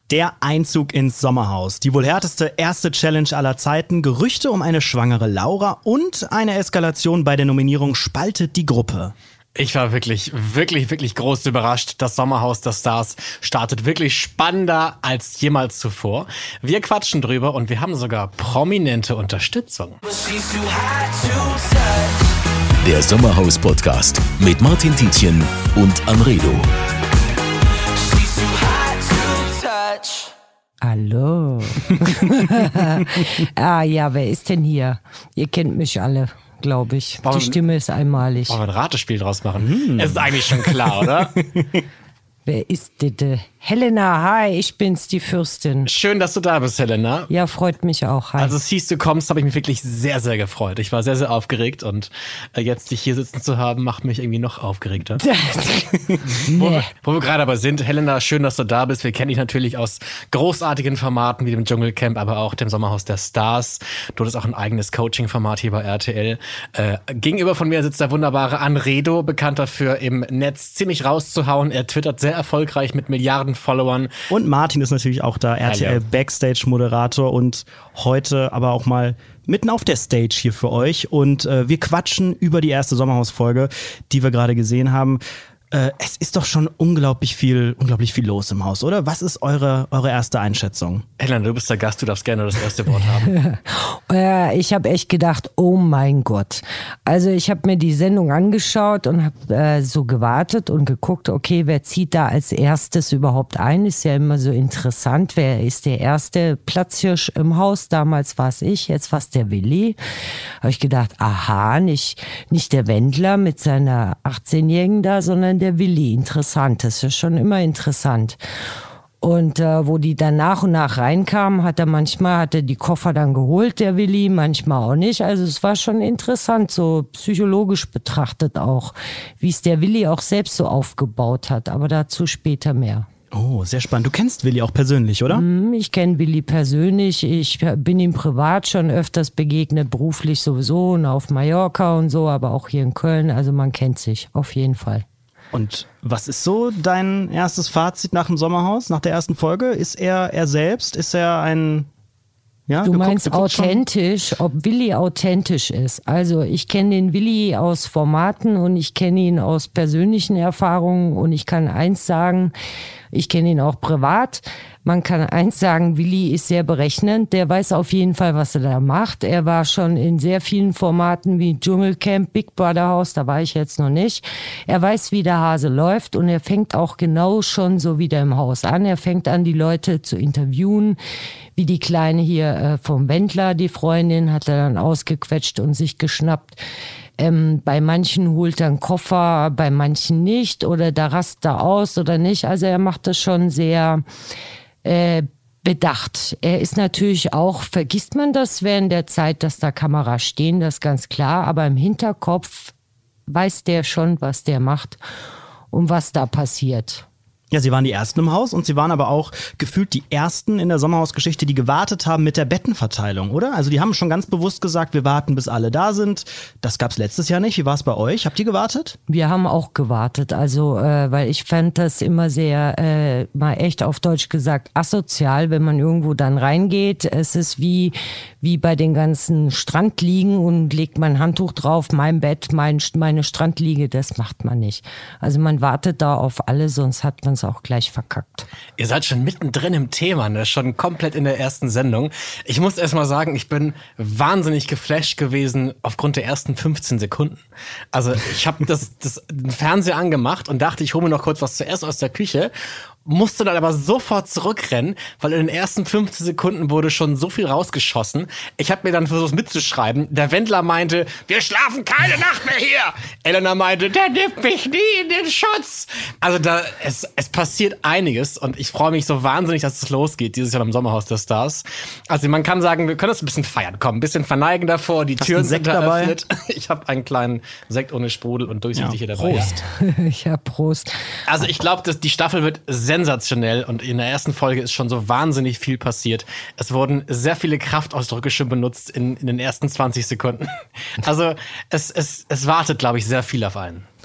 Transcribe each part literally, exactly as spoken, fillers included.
Der Einzug ins Sommerhaus, die wohl härteste erste Challenge aller Zeiten, Gerüchte um eine schwangere Laura und eine Eskalation bei der Nominierung spaltet die Gruppe. Ich war wirklich, wirklich, wirklich groß überrascht. Das Sommerhaus der Stars startet wirklich spannender als jemals zuvor. Wir quatschen drüber und wir haben sogar prominente Unterstützung. Der Sommerhaus-Podcast mit Martin Tietjen und Amredo. Hallo. Ah ja, wer ist denn hier? Ihr kennt mich alle, glaube ich. Wollen Die Stimme ist einmalig. Wollen wir ein Ratespiel draus machen? Hm. Es ist eigentlich schon klar, oder? Wer ist denn? Helena, hi, ich bin's, die Fürstin. Schön, dass du da bist, Helena. Ja, freut mich auch. Hi. Also es hieß, du kommst, habe ich mich wirklich sehr, sehr gefreut. Ich war sehr, sehr aufgeregt und äh, jetzt dich hier sitzen zu haben, macht mich irgendwie noch aufgeregter. nee. Wo wir, wo wir gerade aber sind, Helena, schön, dass du da bist. Wir kennen dich natürlich aus großartigen Formaten wie dem Dschungelcamp, aber auch dem Sommerhaus der Stars. Du hattest auch ein eigenes Coaching-Format hier bei R T L. Äh, gegenüber von mir sitzt der wunderbare Amredo, bekannt dafür, im Netz ziemlich rauszuhauen. Er twittert sehr erfolgreich mit Milliarden Followern. Und Martin ist natürlich auch da, R T L Backstage-Moderator und heute aber auch mal mitten auf der Stage hier für euch. Und äh, wir quatschen über die erste Sommerhaus-Folge, die wir gerade gesehen haben. Äh, es ist doch schon unglaublich viel, unglaublich viel los im Haus, oder? Was ist eure, eure erste Einschätzung? Helena, du bist der Gast, du darfst gerne das erste Wort haben. äh, ich habe echt gedacht, oh mein Gott. Also ich habe mir die Sendung angeschaut und habe äh, so gewartet und geguckt, okay, wer zieht da als erstes überhaupt ein? Ist ja immer so interessant, wer ist der erste Platzhirsch im Haus? Damals war es ich, jetzt war es der Willi. Habe ich gedacht, aha, nicht, nicht der Wendler mit seiner achtzehnjährigen da, sondern der Willi. Interessant, das ist ja schon immer interessant. Und äh, wo die dann nach und nach reinkamen, hat er manchmal hat er die Koffer dann geholt, der Willi, manchmal auch nicht. Also es war schon interessant, so psychologisch betrachtet auch, wie es der Willi auch selbst so aufgebaut hat. Aber dazu später mehr. Oh, sehr spannend. Du kennst Willi auch persönlich, oder? Ich kenne Willi persönlich. Ich bin ihm privat schon öfters begegnet, beruflich sowieso und auf Mallorca und so, aber auch hier in Köln. Also man kennt sich auf jeden Fall. Und was ist so dein erstes Fazit nach dem Sommerhaus, nach der ersten Folge? Ist er er selbst? Ist er ein... Ja, du geguckt, meinst geguckt authentisch, schon? Ob Willi authentisch ist. Also ich kenne den Willi aus Formaten und ich kenne ihn aus persönlichen Erfahrungen und ich kann eins sagen, ich kenne ihn auch privat. Man kann eins sagen, Willi ist sehr berechnend, der weiß auf jeden Fall, was er da macht. Er war schon in sehr vielen Formaten wie Dschungelcamp, Big Brother Haus, da war ich jetzt noch nicht. Er weiß, wie der Hase läuft und er fängt auch genau schon so wieder im Haus an. Er fängt an, die Leute zu interviewen, wie die Kleine hier äh, vom Wendler, die Freundin, hat er dann ausgequetscht und sich geschnappt. Ähm, bei manchen holt er einen Koffer, bei manchen nicht oder da rast er aus oder nicht. Also er macht das schon sehr äh, bedacht. Er ist natürlich auch, vergisst man das während der Zeit, dass da Kameras stehen, das ist ganz klar, aber im Hinterkopf weiß der schon, was der macht und was da passiert. Ja, sie waren die Ersten im Haus und sie waren aber auch gefühlt die Ersten in der Sommerhausgeschichte, die gewartet haben mit der Bettenverteilung, oder? Also die haben schon ganz bewusst gesagt, wir warten, bis alle da sind. Das gab's letztes Jahr nicht. Wie war es bei euch? Habt ihr gewartet? Wir haben auch gewartet, also äh, weil ich fand das immer sehr, äh, mal echt auf Deutsch gesagt, asozial, wenn man irgendwo dann reingeht. Es ist wie wie bei den ganzen Strandliegen und legt man ein Handtuch drauf, mein Bett, mein, meine Strandliege, das macht man nicht. Also man wartet da auf alle, sonst hat man es auch gleich verkackt. Ihr seid schon mittendrin im Thema, ne? Schon komplett in der ersten Sendung. Ich muss erst mal sagen, ich bin wahnsinnig geflasht gewesen aufgrund der ersten fünfzehn Sekunden. Also ich habe das, das den Fernseher angemacht und dachte, ich hole mir noch kurz was zu essen aus der Küche. Musste dann aber sofort zurückrennen, weil in den ersten fünfzehn Sekunden wurde schon so viel rausgeschossen. Ich habe mir dann versucht mitzuschreiben. Der Wendler meinte, wir schlafen keine Nacht mehr hier. Elena meinte, der nimmt mich nie in den Schutz. Also da es, es passiert einiges und ich freue mich so wahnsinnig, dass es losgeht dieses Jahr im Sommerhaus der Stars. Also man kann sagen, wir können das ein bisschen feiern. Komm, ein bisschen verneigen davor, die Türen sind eröffnet. Ich habe einen kleinen Sekt ohne Sprudel und durchsichtig hier dabei. Prost. Ja, Prost. Also ich glaube, dass die Staffel wird sehr sensationell und in der ersten Folge ist schon so wahnsinnig viel passiert. Es wurden sehr viele Kraftausdrücke schon benutzt in, in den ersten zwanzig Sekunden. Also es, es, es wartet, glaube ich, sehr viel auf einen.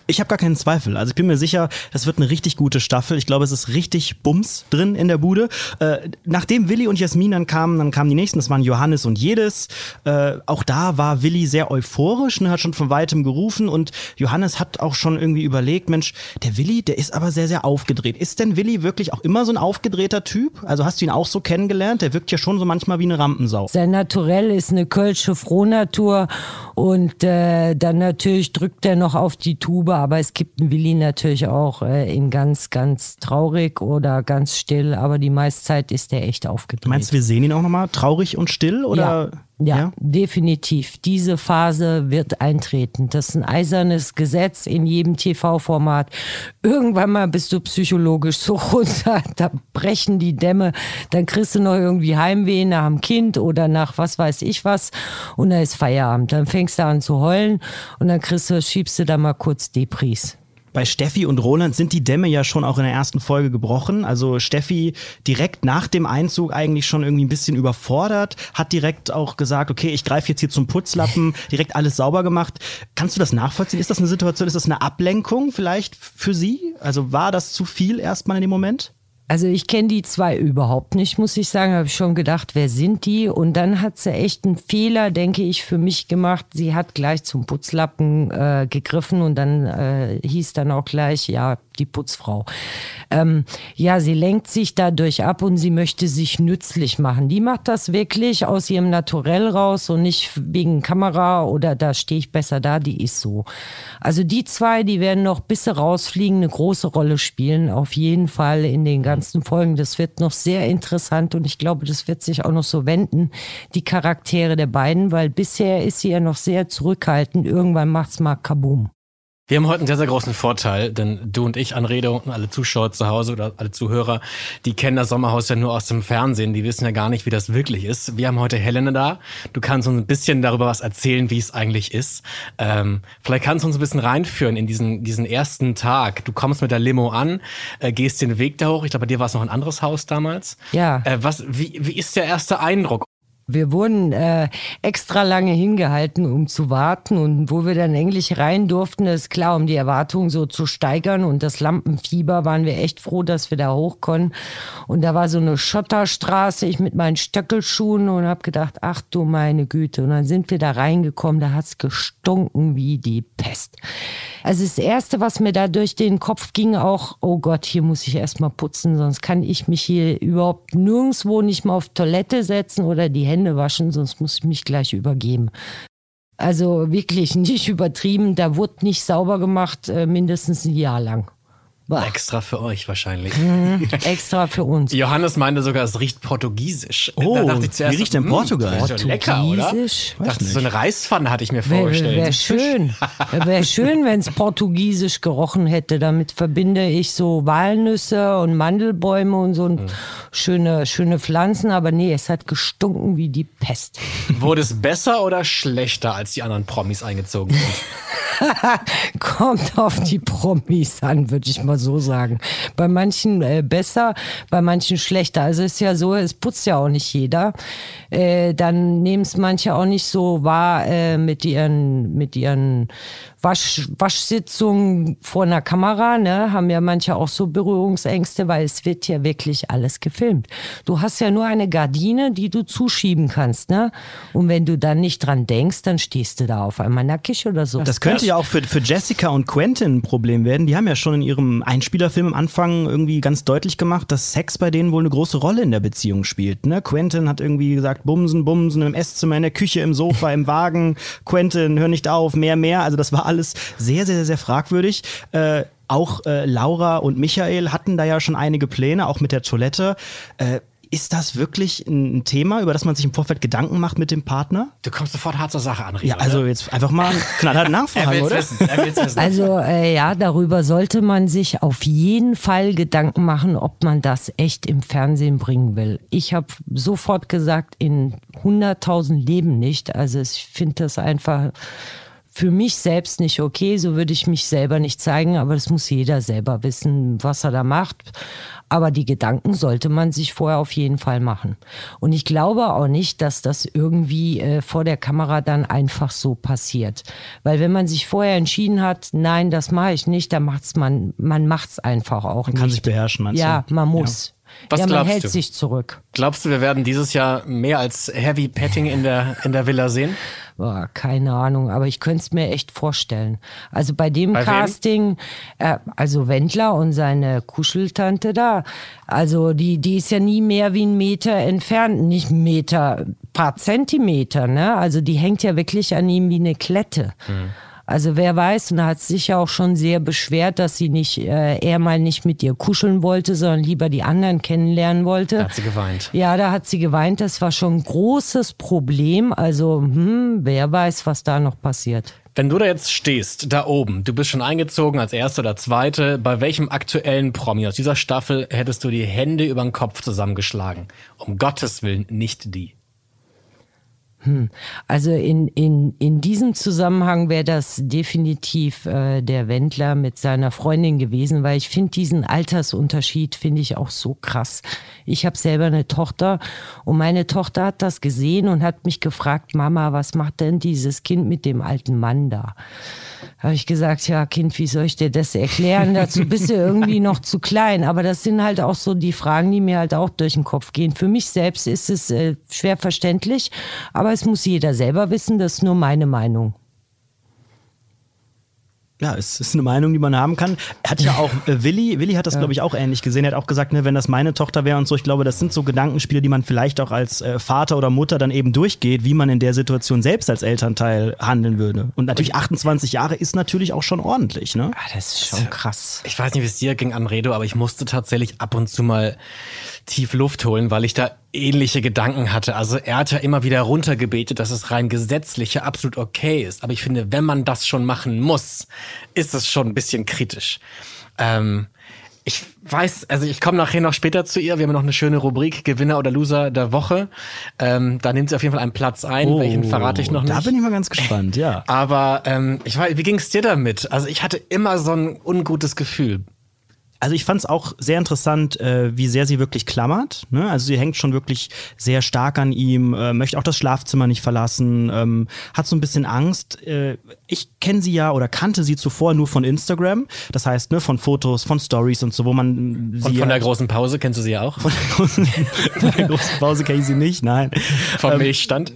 Ich habe gar keinen Zweifel. Also ich bin mir sicher, das wird eine richtig gute Staffel. Ich glaube, es ist richtig Bums drin in der Bude. Äh, nachdem Willi und Jasmin dann kamen, dann kamen die nächsten. Das waren Johannes und Jedis. Äh, auch da war Willi sehr euphorisch, ne, hat schon von weitem gerufen. Und Johannes hat auch schon irgendwie überlegt, Mensch, der Willi, der ist aber sehr, sehr aufgedreht. Ist denn Willi wirklich auch immer so ein aufgedrehter Typ? Also hast du ihn auch so kennengelernt? Der wirkt ja schon so manchmal wie eine Rampensau. Sein Naturell ist eine kölsche Frohnatur. Und äh, dann natürlich drückt er noch auf die Tube. Aber es gibt einen Willi natürlich auch äh, in ganz, ganz traurig oder ganz still. Aber die meiste Zeit ist der echt aufgedreht. Meinst du, wir sehen ihn auch nochmal traurig und still? Oder? Ja, ja, ja, definitiv. Diese Phase wird eintreten. Das ist ein eisernes Gesetz in jedem T V-Format. Irgendwann mal bist du psychologisch so runter, da brechen die Dämme. Dann kriegst du noch irgendwie Heimweh nach dem Kind oder nach was weiß ich was. Und dann ist Feierabend. Dann fängst du an zu heulen und dann kriegst du, schiebst du da mal kurz Depris. Bei Steffi und Roland sind die Dämme ja schon auch in der ersten Folge gebrochen. Also Steffi direkt nach dem Einzug eigentlich schon irgendwie ein bisschen überfordert, hat direkt auch gesagt, okay, ich greife jetzt hier zum Putzlappen, direkt alles sauber gemacht. Kannst du das nachvollziehen? Ist das eine Situation, ist das eine Ablenkung vielleicht für sie? Also war das zu viel erstmal in dem Moment? Also ich kenne die zwei überhaupt nicht, muss ich sagen. Habe ich schon gedacht, wer sind die? Und dann hat sie echt einen Fehler, denke ich, für mich gemacht. Sie hat gleich zum Putzlappen äh, gegriffen und dann äh, hieß dann auch gleich, ja, die Putzfrau. Ähm, ja, sie lenkt sich dadurch ab und sie möchte sich nützlich machen. Die macht das wirklich aus ihrem Naturell raus und nicht wegen Kamera oder da stehe ich besser da, die ist so. Also die zwei, die werden noch bis sie rausfliegen eine große Rolle spielen, auf jeden Fall in den ganzen Folgen. Das wird noch sehr interessant und ich glaube, das wird sich auch noch so wenden, die Charaktere der beiden, weil bisher ist sie ja noch sehr zurückhaltend. Irgendwann macht's mal Kaboom. Wir haben heute einen sehr, sehr großen Vorteil, denn du und ich, Anrede, und alle Zuschauer zu Hause oder alle Zuhörer, die kennen das Sommerhaus ja nur aus dem Fernsehen, die wissen ja gar nicht, wie das wirklich ist. Wir haben heute Helene da. Du kannst uns ein bisschen darüber was erzählen, wie es eigentlich ist. Ähm, vielleicht kannst du uns ein bisschen reinführen in diesen, diesen ersten Tag. Du kommst mit der Limo an, äh, gehst den Weg da hoch. Ich glaube, bei dir war es noch ein anderes Haus damals. Ja. Äh, was, wie, wie ist der erste Eindruck? Wir wurden äh, extra lange hingehalten, um zu warten. Und wo wir dann endlich rein durften, ist klar, um die Erwartungen so zu steigern und das Lampenfieber, waren wir echt froh, dass wir da hoch konnten. Und da war so eine Schotterstraße, ich mit meinen Stöckelschuhen und habe gedacht, ach du meine Güte. Und dann sind wir da reingekommen, da hat's gestunken wie die Pest. Also das Erste, was mir da durch den Kopf ging, auch, oh Gott, hier muss ich erst mal putzen, sonst kann ich mich hier überhaupt nirgendwo nicht mal auf Toilette setzen oder die Hände waschen, sonst muss ich mich gleich übergeben. Also wirklich nicht übertrieben, da wurde nicht sauber gemacht, äh, mindestens ein Jahr lang. Boah. Extra für euch wahrscheinlich. Mhm, extra für uns. Johannes meinte sogar, es riecht portugiesisch. Oh, da dachte ich zuerst, wie riecht denn Portugal? Das ist so lecker, oder? Portugiesisch? Ich dachte, so eine Reispfanne hatte ich mir vorgestellt. Wäre wär schön, wäre schön, wenn es portugiesisch gerochen hätte. Damit verbinde ich so Walnüsse und Mandelbäume und so mhm. schöne, schöne Pflanzen. Aber nee, es hat gestunken wie die Pest. Wurde es besser oder schlechter, als die anderen Promis eingezogen sind? Kommt auf die Promis an, würde ich mal so sagen. Bei manchen äh, besser, bei manchen schlechter. Also ist ja so, es putzt ja auch nicht jeder. Äh, dann nehmen es manche auch nicht so wahr äh, mit ihren, mit ihren Wasch, Waschsitzungen vor einer Kamera, ne? Haben ja manche auch so Berührungsängste, weil es wird ja wirklich alles gefilmt. Du hast ja nur eine Gardine, die du zuschieben kannst, ne? Und wenn du dann nicht dran denkst, dann stehst du da auf einmal nackig oder so. Das könnte ja auch für, für Jessica und Quentin ein Problem werden. Die haben ja schon in ihrem Einspielerfilm am Anfang irgendwie ganz deutlich gemacht, dass Sex bei denen wohl eine große Rolle in der Beziehung spielt, ne? Quentin hat irgendwie gesagt, bumsen, bumsen, im Esszimmer, in der Küche, im Sofa, im Wagen. Quentin, hör nicht auf, mehr, mehr. Also das war alles sehr, sehr, sehr fragwürdig. Äh, auch äh, Laura und Michael hatten da ja schon einige Pläne, auch mit der Toilette. Äh, ist das wirklich ein Thema, über das man sich im Vorfeld Gedanken macht mit dem Partner? Du kommst sofort hart zur Sache an, Riva, Ja, also ne? jetzt einfach mal knallhart nachfragen, er oder? Wissen. Er will's wissen. Also äh, ja, darüber sollte man sich auf jeden Fall Gedanken machen, ob man das echt im Fernsehen bringen will. Ich habe sofort gesagt, in hunderttausend Leben nicht. Also ich finde das einfach für mich selbst nicht okay, so würde ich mich selber nicht zeigen, aber das muss jeder selber wissen, was er da macht. Aber die Gedanken sollte man sich vorher auf jeden Fall machen. Und ich glaube auch nicht, dass das irgendwie äh, vor der Kamera dann einfach so passiert. Weil wenn man sich vorher entschieden hat, nein, das mache ich nicht, dann macht's man, man macht's einfach auch man nicht. Man kann sich beherrschen, meinst ja, du? Man muss. Ja. Was ja, man glaubst hält du? sich zurück. Glaubst du, wir werden dieses Jahr mehr als Heavy Petting in der, in der Villa sehen? Boah, keine Ahnung, aber ich könnte es mir echt vorstellen. Also bei dem Bei Casting, äh, also Wendler und seine Kuscheltante da, also die, die ist ja nie mehr wie ein Meter entfernt, nicht ein Meter, paar Zentimeter, ne? Also die hängt ja wirklich an ihm wie eine Klette. Mhm. Also wer weiß, und da hat sich ja auch schon sehr beschwert, dass sie nicht, äh, er mal nicht mit ihr kuscheln wollte, sondern lieber die anderen kennenlernen wollte. Da hat sie geweint. Ja, da hat sie geweint. Das war schon ein großes Problem. Also hm, wer weiß, was da noch passiert. Wenn du da jetzt stehst, da oben, du bist schon eingezogen als Erste oder Zweite, bei welchem aktuellen Promi aus dieser Staffel hättest du die Hände über den Kopf zusammengeschlagen? Um Gottes Willen, nicht die. Hm. Also in, in, in diesem Zusammenhang wäre das definitiv äh, der Wendler mit seiner Freundin gewesen, weil ich finde diesen Altersunterschied finde ich auch so krass. Ich habe selber eine Tochter und meine Tochter hat das gesehen und hat mich gefragt, Mama, was macht denn dieses Kind mit dem alten Mann da? Habe ich gesagt, ja Kind, wie soll ich dir das erklären? Dazu bist du irgendwie noch zu klein. Aber das sind halt auch so die Fragen, die mir halt auch durch den Kopf gehen. Für mich selbst ist es äh, schwer verständlich, aber es muss jeder selber wissen, das ist nur meine Meinung. Ja, es ist eine Meinung, die man haben kann. Er hat ja auch, äh, Willi, Willi hat das, ja. glaube ich, auch ähnlich gesehen. Er hat auch gesagt, ne, wenn das meine Tochter wäre und so, ich glaube, das sind so Gedankenspiele, die man vielleicht auch als äh, Vater oder Mutter dann eben durchgeht, wie man in der Situation selbst als Elternteil handeln würde. Und natürlich achtundzwanzig Jahre ist natürlich auch schon ordentlich, ne? Ah, das ist schon krass. Ich weiß nicht, wie es dir ging, Anredo, aber ich musste tatsächlich ab und zu mal tief Luft holen, weil ich da ähnliche Gedanken hatte. Also er hat ja immer wieder runtergebetet, dass es rein gesetzlich ja absolut okay ist. Aber ich finde, wenn man das schon machen muss, ist es schon ein bisschen kritisch. Ähm, ich weiß, also ich komme nachher noch später zu ihr. Wir haben noch eine schöne Rubrik, Gewinner oder Loser der Woche. Ähm, da nimmt sie auf jeden Fall einen Platz ein. Oh, welchen verrate ich noch nicht. Da bin ich mal ganz gespannt, ja. Aber ähm, ich weiß, wie ging es dir damit? Also ich hatte immer so ein ungutes Gefühl. Also ich fand es auch sehr interessant, äh, wie sehr sie wirklich klammert. Ne? Also sie hängt schon wirklich sehr stark an ihm, äh, möchte auch das Schlafzimmer nicht verlassen, ähm, hat so ein bisschen Angst. Äh, ich kenne sie ja oder kannte sie zuvor nur von Instagram. Das heißt, ne, von Fotos, von Stories und so, wo man sie. Und von der großen Pause kennst du sie ja auch? Von der großen, von der großen Pause kenne ich sie nicht, nein. Vom ähm, Milchstand?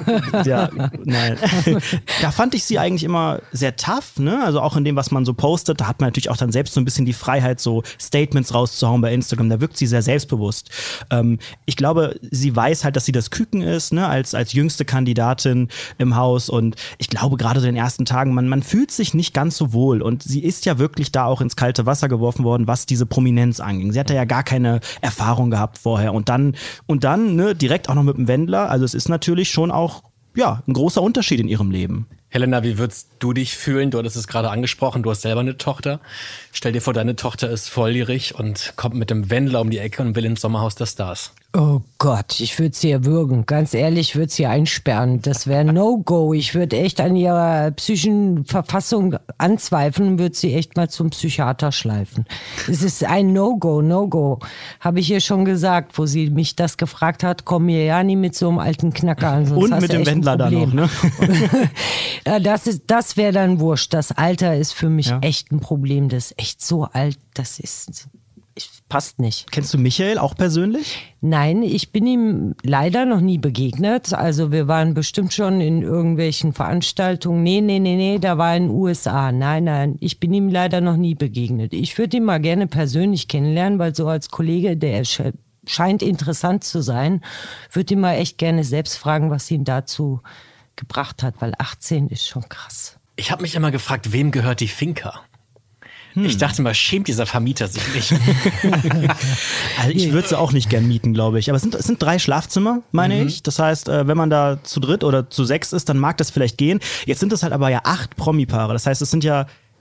Ja, nein. Da fand ich sie eigentlich immer sehr tough, ne? Also auch in dem, was man so postet, da hat man natürlich auch dann selbst so ein bisschen die Freiheit, so Statements rauszuhauen bei Instagram. Da wirkt sie sehr selbstbewusst. Ähm, ich glaube, sie weiß halt, dass sie das Küken ist, ne? als, als jüngste Kandidatin im Haus. Und ich glaube, gerade so in den ersten Tagen, man, man fühlt sich nicht ganz so wohl. Und sie ist ja wirklich da auch ins kalte Wasser geworfen worden, was diese Prominenz anging. Sie hatte ja gar keine Erfahrung gehabt vorher. Und dann, und dann ne, direkt auch noch mit dem Wendler. Also es ist natürlich schon auch ja, ein großer Unterschied in ihrem Leben. Helena, wie würdest du dich fühlen? Du hattest es gerade angesprochen, du hast selber eine Tochter. Stell dir vor, deine Tochter ist volljährig und kommt mit dem Wendler um die Ecke und will ins Sommerhaus der Stars. Oh Gott, ich würde sie erwürgen. Ganz ehrlich, ich würde sie einsperren. Das wäre No-Go. Ich würde echt an ihrer psychischen Verfassung anzweifeln und würde sie echt mal zum Psychiater schleifen. Es ist ein No-Go, No-Go. Habe ich ihr schon gesagt, wo sie mich das gefragt hat, komm mir ja nie mit so einem alten Knacker an. Sonst und mit dem Wendler dann noch, ne? Ja, das ist, das wäre dann wurscht. Das Alter ist für mich ja. echt ein Problem. Das ist echt so alt, das ist... passt nicht. Kennst du Michael auch persönlich? Nein, ich bin ihm leider noch nie begegnet. Also wir waren bestimmt schon in irgendwelchen Veranstaltungen. Nee, nee, nee, nee, da war in den U S A. Nein, nein, ich bin ihm leider noch nie begegnet. Ich würde ihn mal gerne persönlich kennenlernen, weil so als Kollege, der scheint interessant zu sein, würde ihn mal echt gerne selbst fragen, was ihn dazu gebracht hat, weil achtzehn ist schon krass. Ich habe mich immer gefragt, wem gehört die Finca? Ich dachte mal, schämt dieser Vermieter sich nicht. Also ich würde sie auch nicht gern mieten, glaube ich. Aber es sind, es sind drei Schlafzimmer, meine mhm. ich. Das heißt, wenn man da zu dritt oder zu sechs ist, dann mag das vielleicht gehen. Jetzt sind es halt aber ja acht Promi-Paare. Das heißt, es sind ja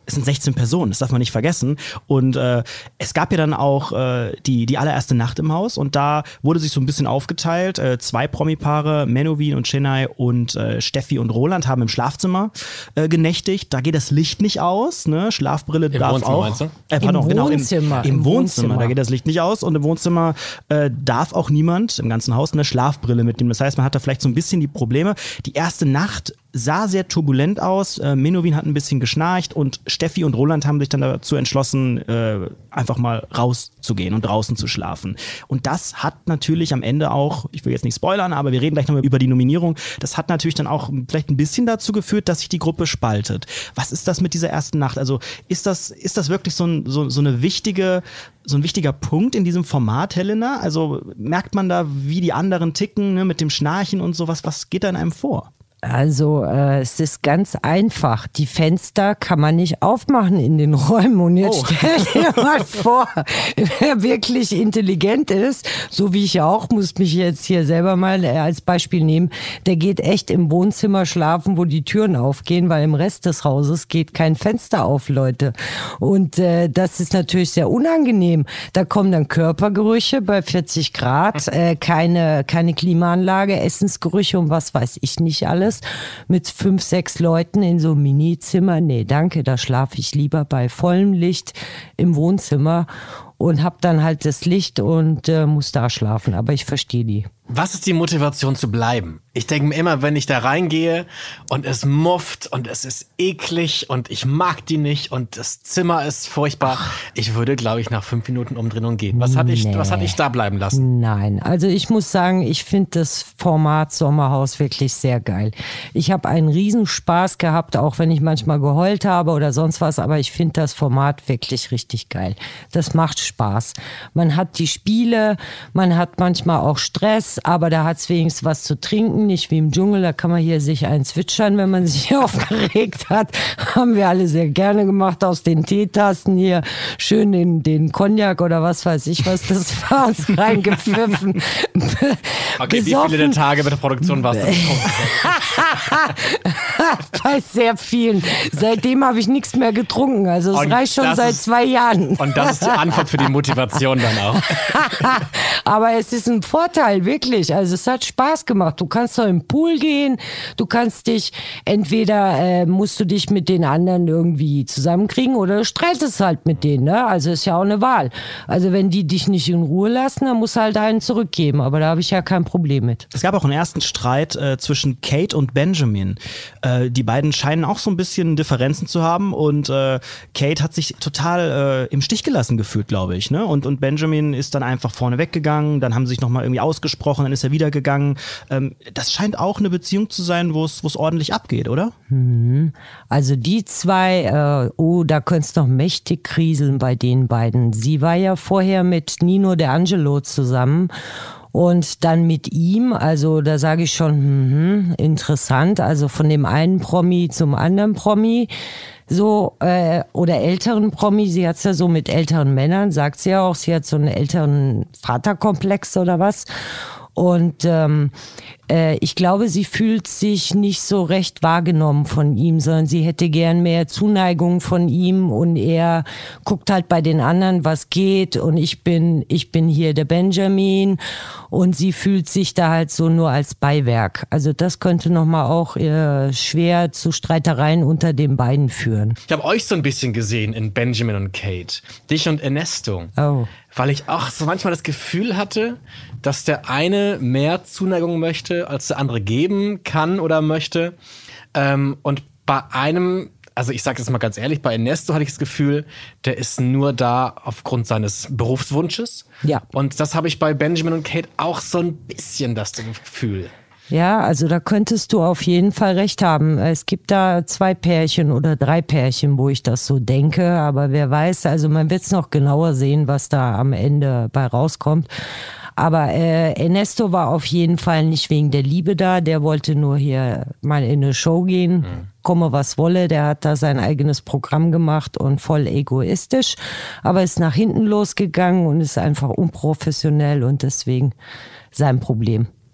es sind sechzehn Personen, das darf man nicht vergessen. Und äh, es gab ja dann auch äh, die, die allererste Nacht im Haus und da wurde sich so ein bisschen aufgeteilt. Äh, zwei Promi-Paare, Menowin und Chennai und äh, Steffi und Roland haben im Schlafzimmer äh, genächtigt. Da geht das Licht nicht aus, ne? Schlafbrille Im darf Wohnzimmer, auch. Meinst du? Äh, pardon, Im genau, Wohnzimmer. Im, im, Im Wohnzimmer, Wohnzimmer. da geht das Licht nicht aus und im Wohnzimmer äh, darf auch niemand im ganzen Haus eine Schlafbrille mitnehmen. Das heißt, man hat da vielleicht so ein bisschen die Probleme. Die erste Nacht sah sehr turbulent aus. Äh, Menowin hat ein bisschen geschnarcht und Steffi und Roland haben sich dann dazu entschlossen, äh, einfach mal rauszugehen und draußen zu schlafen. Und das hat natürlich am Ende auch, ich will jetzt nicht spoilern, aber wir reden gleich nochmal über die Nominierung, das hat natürlich dann auch vielleicht ein bisschen dazu geführt, dass sich die Gruppe spaltet. Was ist das mit dieser ersten Nacht? Also ist das, ist das wirklich so, ein, so, so eine wichtige, so ein wichtiger Punkt in diesem Format, Helena? Also merkt man da, wie die anderen ticken, ne, mit dem Schnarchen und sowas? Was geht da in einem vor? Also äh, es ist ganz einfach. Die Fenster kann man nicht aufmachen in den Räumen. Und jetzt Oh. stell dir mal vor, wer wirklich intelligent ist, so wie ich ja auch, muss mich jetzt hier selber mal äh, als Beispiel nehmen, der geht echt im Wohnzimmer schlafen, wo die Türen aufgehen, weil im Rest des Hauses geht kein Fenster auf, Leute. Und äh, das ist natürlich sehr unangenehm. Da kommen dann Körpergerüche bei vierzig Grad, äh, keine, keine Klimaanlage, Essensgerüche und was weiß ich nicht alles. Mit fünf, sechs Leuten in so einem Mini-Zimmer. Nee, danke, da schlafe ich lieber bei vollem Licht im Wohnzimmer und hab dann halt das Licht und äh, muss da schlafen. Aber ich verstehe die. Was ist die Motivation zu bleiben? Ich denke mir immer, wenn ich da reingehe und es mufft und es ist eklig und ich mag die nicht und das Zimmer ist furchtbar, ich würde, glaube ich, nach fünf Minuten umdrehen und gehen. Was hat ich, Nee. was hat ich da bleiben lassen? Nein, also ich muss sagen, ich finde das Format Sommerhaus wirklich sehr geil. Ich habe einen Riesenspaß gehabt, auch wenn ich manchmal geheult habe oder sonst was, aber ich finde das Format wirklich richtig geil. Das macht Spaß. Man hat die Spiele, man hat manchmal auch Stress, aber da hat es wenigstens was zu trinken, nicht wie im Dschungel, da kann man hier sich einen zwitschern, wenn man sich aufgeregt hat. Haben wir alle sehr gerne gemacht, aus den Teetassen hier schön den, den Cognac oder was weiß ich was, das war uns reingepfiffen. Okay, Besoffen. wie viele Tage mit der Produktion warst du? Bei sehr vielen. Seitdem habe ich nichts mehr getrunken, also es Und reicht schon das seit ist- zwei Jahren. Und das ist die Antwort für die Motivation dann auch. Aber es ist ein Vorteil, wirklich. Also es hat Spaß gemacht. Du kannst doch im Pool gehen, du kannst dich, entweder äh, musst du dich mit den anderen irgendwie zusammenkriegen oder du streitest halt mit denen. Ne? Also ist ja auch eine Wahl. Also wenn die dich nicht in Ruhe lassen, dann musst du halt einen zurückgeben. Aber da habe ich ja kein Problem mit. Es gab auch einen ersten Streit äh, zwischen Kate und Benjamin. Äh, die beiden scheinen auch so ein bisschen Differenzen zu haben und äh, Kate hat sich total äh, im Stich gelassen gefühlt, glaube ich. Ne? Und, und Benjamin ist dann einfach vorne weggegangen, dann haben sie sich nochmal irgendwie ausgesprochen, dann ist er wieder gegangen. Ähm, das scheint auch eine Beziehung zu sein, wo es wo es ordentlich abgeht, oder? Also die zwei, äh, oh, da könnte es noch mächtig kriseln bei den beiden. Sie war ja vorher mit Nino De Angelo zusammen und dann mit ihm, also da sage ich schon, hm, interessant, also von dem einen Promi zum anderen Promi. So, äh, oder älteren Promi, sie hat's ja so mit älteren Männern, sagt sie ja auch, sie hat so einen älteren Vaterkomplex oder was. Und ähm, äh, ich glaube, sie fühlt sich nicht so recht wahrgenommen von ihm, sondern sie hätte gern mehr Zuneigung von ihm und er guckt halt bei den anderen, was geht und ich bin, ich bin hier der Benjamin und sie fühlt sich da halt so nur als Beiwerk. Also das könnte nochmal auch äh, schwer zu Streitereien unter den beiden führen. Ich habe euch so ein bisschen gesehen in Benjamin und Kate. Dich und Ernesto. Oh. Weil ich auch so manchmal das Gefühl hatte, dass der eine mehr Zuneigung möchte, als der andere geben kann oder möchte. Ähm, und bei einem, also ich sage jetzt mal ganz ehrlich, bei Ernesto hatte ich das Gefühl, der ist nur da aufgrund seines Berufswunsches. Ja. Und das habe ich bei Benjamin und Kate auch so ein bisschen das Gefühl. Ja, also da könntest du auf jeden Fall recht haben. Es gibt da zwei Pärchen oder drei Pärchen, wo ich das so denke, aber wer weiß, also man wird es noch genauer sehen, was da am Ende bei rauskommt. Aber äh, Ernesto war auf jeden Fall nicht wegen der Liebe da, der wollte nur hier mal in eine Show gehen, mhm. komme was wolle, der hat da sein eigenes Programm gemacht und voll egoistisch, aber ist nach hinten losgegangen und ist einfach unprofessionell und deswegen sein Problem.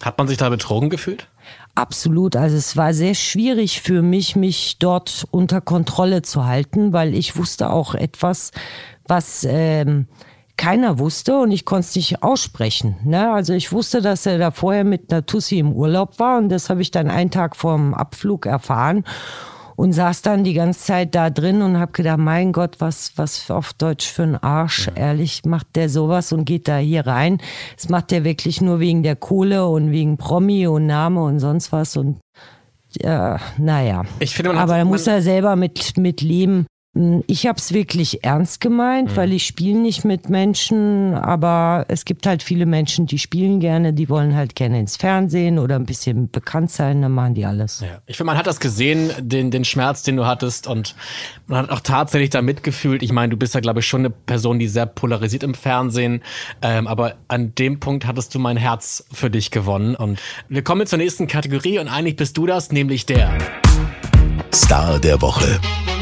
Hat man sich da betrogen gefühlt? Absolut. Also es war sehr schwierig für mich, mich dort unter Kontrolle zu halten, weil ich wusste auch etwas, was ähm, keiner wusste und ich konnte es nicht aussprechen. Ne? Also ich wusste, dass er da vorher mit einer Tussi im Urlaub war und das habe ich dann einen Tag vorm Abflug erfahren. Und saß dann die ganze Zeit da drin und hab gedacht, mein Gott, was was auf Deutsch für ein Arsch. Ja. Ehrlich, macht der sowas und geht da hier rein. Das macht der wirklich nur wegen der Kohle und wegen Promi und Name und sonst was. Und ja, naja. Ich finde, man Aber hat, da muss er selber mit, mit leben. Ich habe es wirklich ernst gemeint, mhm. weil ich spiele nicht mit Menschen, aber es gibt halt viele Menschen, die spielen gerne, die wollen halt gerne ins Fernsehen oder ein bisschen bekannt sein, dann machen die alles. Ja. Ich finde, man hat das gesehen, den, den Schmerz, den du hattest und man hat auch tatsächlich da mitgefühlt. Ich meine, du bist ja, glaube ich, schon eine Person, die sehr polarisiert im Fernsehen, ähm, aber an dem Punkt hattest du mein Herz für dich gewonnen und wir kommen jetzt zur nächsten Kategorie und eigentlich bist du das, nämlich der Star der Woche.